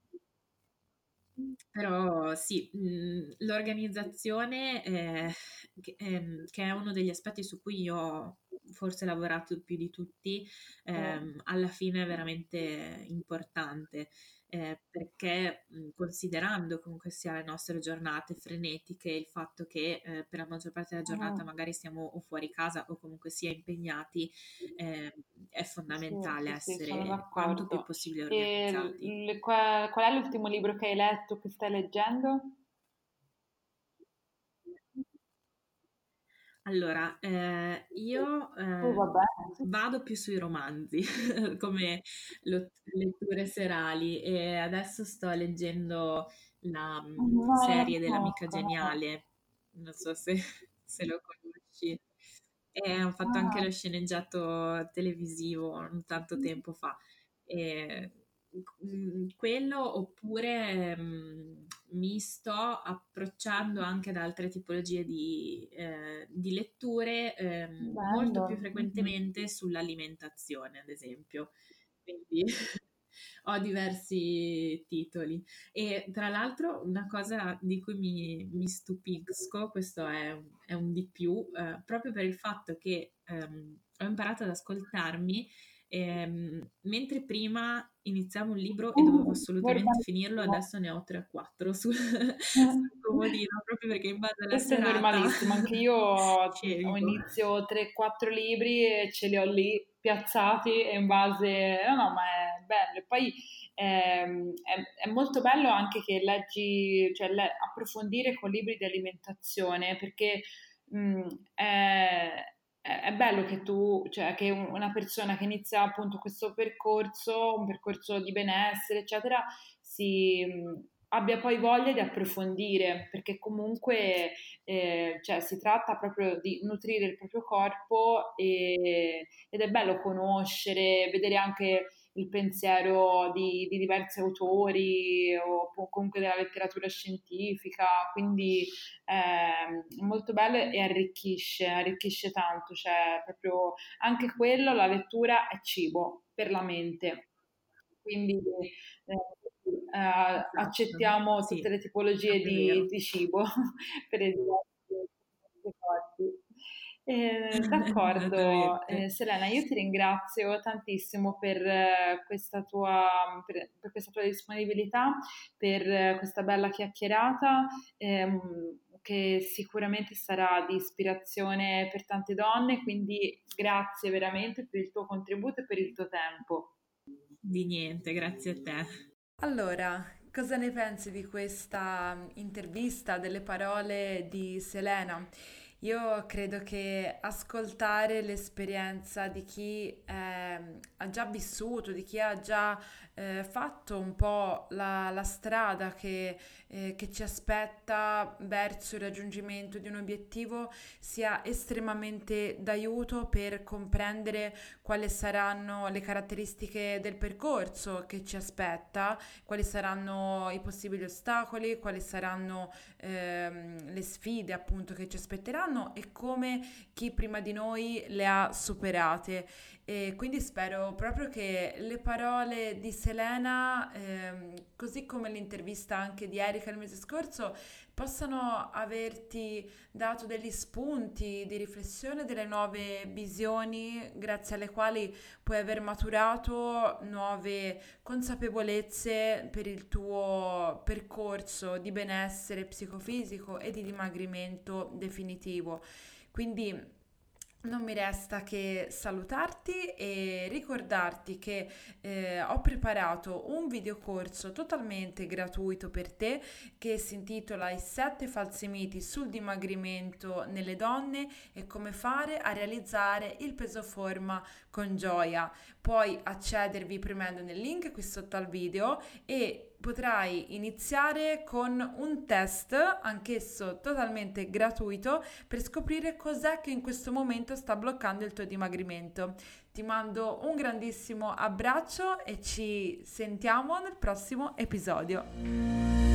Però sì, mh, l'organizzazione, eh, che, ehm, che è uno degli aspetti su cui io ho forse lavorato più di tutti, Sì. ehm, alla fine è veramente importante, eh, perché mh, considerando comunque sia le nostre giornate frenetiche, il fatto che eh, per la maggior parte della giornata Mhm. magari siamo o fuori casa o comunque sia impegnati, eh, è Sì, fondamentale sì, sì, sono essere quanto più d'accordo. possibile E organizzati. l- qual, qual è l'ultimo libro che hai letto, che stai leggendo? Allora, eh, io Oh, eh, vabbè. vado più sui romanzi come lo- letture serali e adesso sto leggendo la mm, No, non lo serie dell'Amica conosco, no. Geniale, non so se, se lo conosci. E hanno fatto anche Ah, lo sceneggiato televisivo non tanto tempo fa. E, mm, quello oppure mm, mi sto approcciando anche ad altre tipologie di, eh, di letture, ehm, molto più bello. Mhm. frequentemente sull'alimentazione, ad esempio. Quindi ho diversi titoli. E tra l'altro una cosa di cui mi, mi stupisco, questo è, un è un di più, eh, proprio per il fatto che ehm, ho imparato ad ascoltarmi, ehm, mentre prima iniziavo un libro e dovevo Mm, assolutamente finirlo, normalissimo. adesso ne ho tre o quattro sul, Mm. sul comodino, proprio perché in base alla Questo è serata normalissimo, anche io ho, ho scelgo. inizio tre quattro libri e ce li ho lì piazzati e in base... No, no, ma è bello. E poi ehm, è, è molto bello anche che leggi, cioè le- approfondire con libri di alimentazione, perché mh, è, è- è bello che tu, cioè che un- una persona che inizia appunto questo percorso, un percorso di benessere, eccetera, si... mh, abbia poi voglia di approfondire, perché comunque eh, cioè, si tratta proprio di nutrire il proprio corpo e- ed è bello conoscere, vedere anche il pensiero di, di diversi autori o po- comunque della letteratura scientifica, quindi ehm, è molto bello e arricchisce, arricchisce tanto, cioè proprio anche quello, la lettura è cibo per la mente. Quindi eh, eh, Esatto, accettiamo tutte sì, le tipologie proprio di, vero. di cibo per i diversi corpi. Eh, d'accordo, Esattamente. eh, Selena, io ti ringrazio tantissimo per, eh, questa tua, per, per questa tua disponibilità, per eh, questa bella chiacchierata, ehm, che sicuramente sarà di ispirazione per tante donne, quindi grazie veramente per il tuo contributo e per il tuo tempo. Di niente, grazie a te. Allora, cosa ne pensi di questa intervista, delle parole di Selena? Io credo che ascoltare l'esperienza di chi ehm, ha già vissuto, di chi ha già eh, fatto un po' la, la strada che, eh, che ci aspetta verso il raggiungimento di un obiettivo sia estremamente d'aiuto per comprendere quali saranno le caratteristiche del percorso che ci aspetta, quali saranno i possibili ostacoli, quali saranno ehm, le sfide appunto che ci aspetteranno e come chi prima di noi le ha superate. E quindi spero proprio che le parole di Selena, ehm, così come l'intervista anche di Erika il mese scorso, possano averti dato degli spunti di riflessione, delle nuove visioni grazie alle quali puoi aver maturato nuove consapevolezze per il tuo percorso di benessere psicofisico e di dimagrimento definitivo. Quindi non mi resta che salutarti e ricordarti che eh, ho preparato un videocorso totalmente gratuito per te che si intitola I sette falsi miti sul dimagrimento nelle donne e come fare a realizzare il peso forma con gioia. Puoi accedervi premendo nel link qui sotto al video e potrai iniziare con un test, anch'esso totalmente gratuito, per scoprire cos'è che in questo momento sta bloccando il tuo dimagrimento. Ti mando un grandissimo abbraccio e ci sentiamo nel prossimo episodio.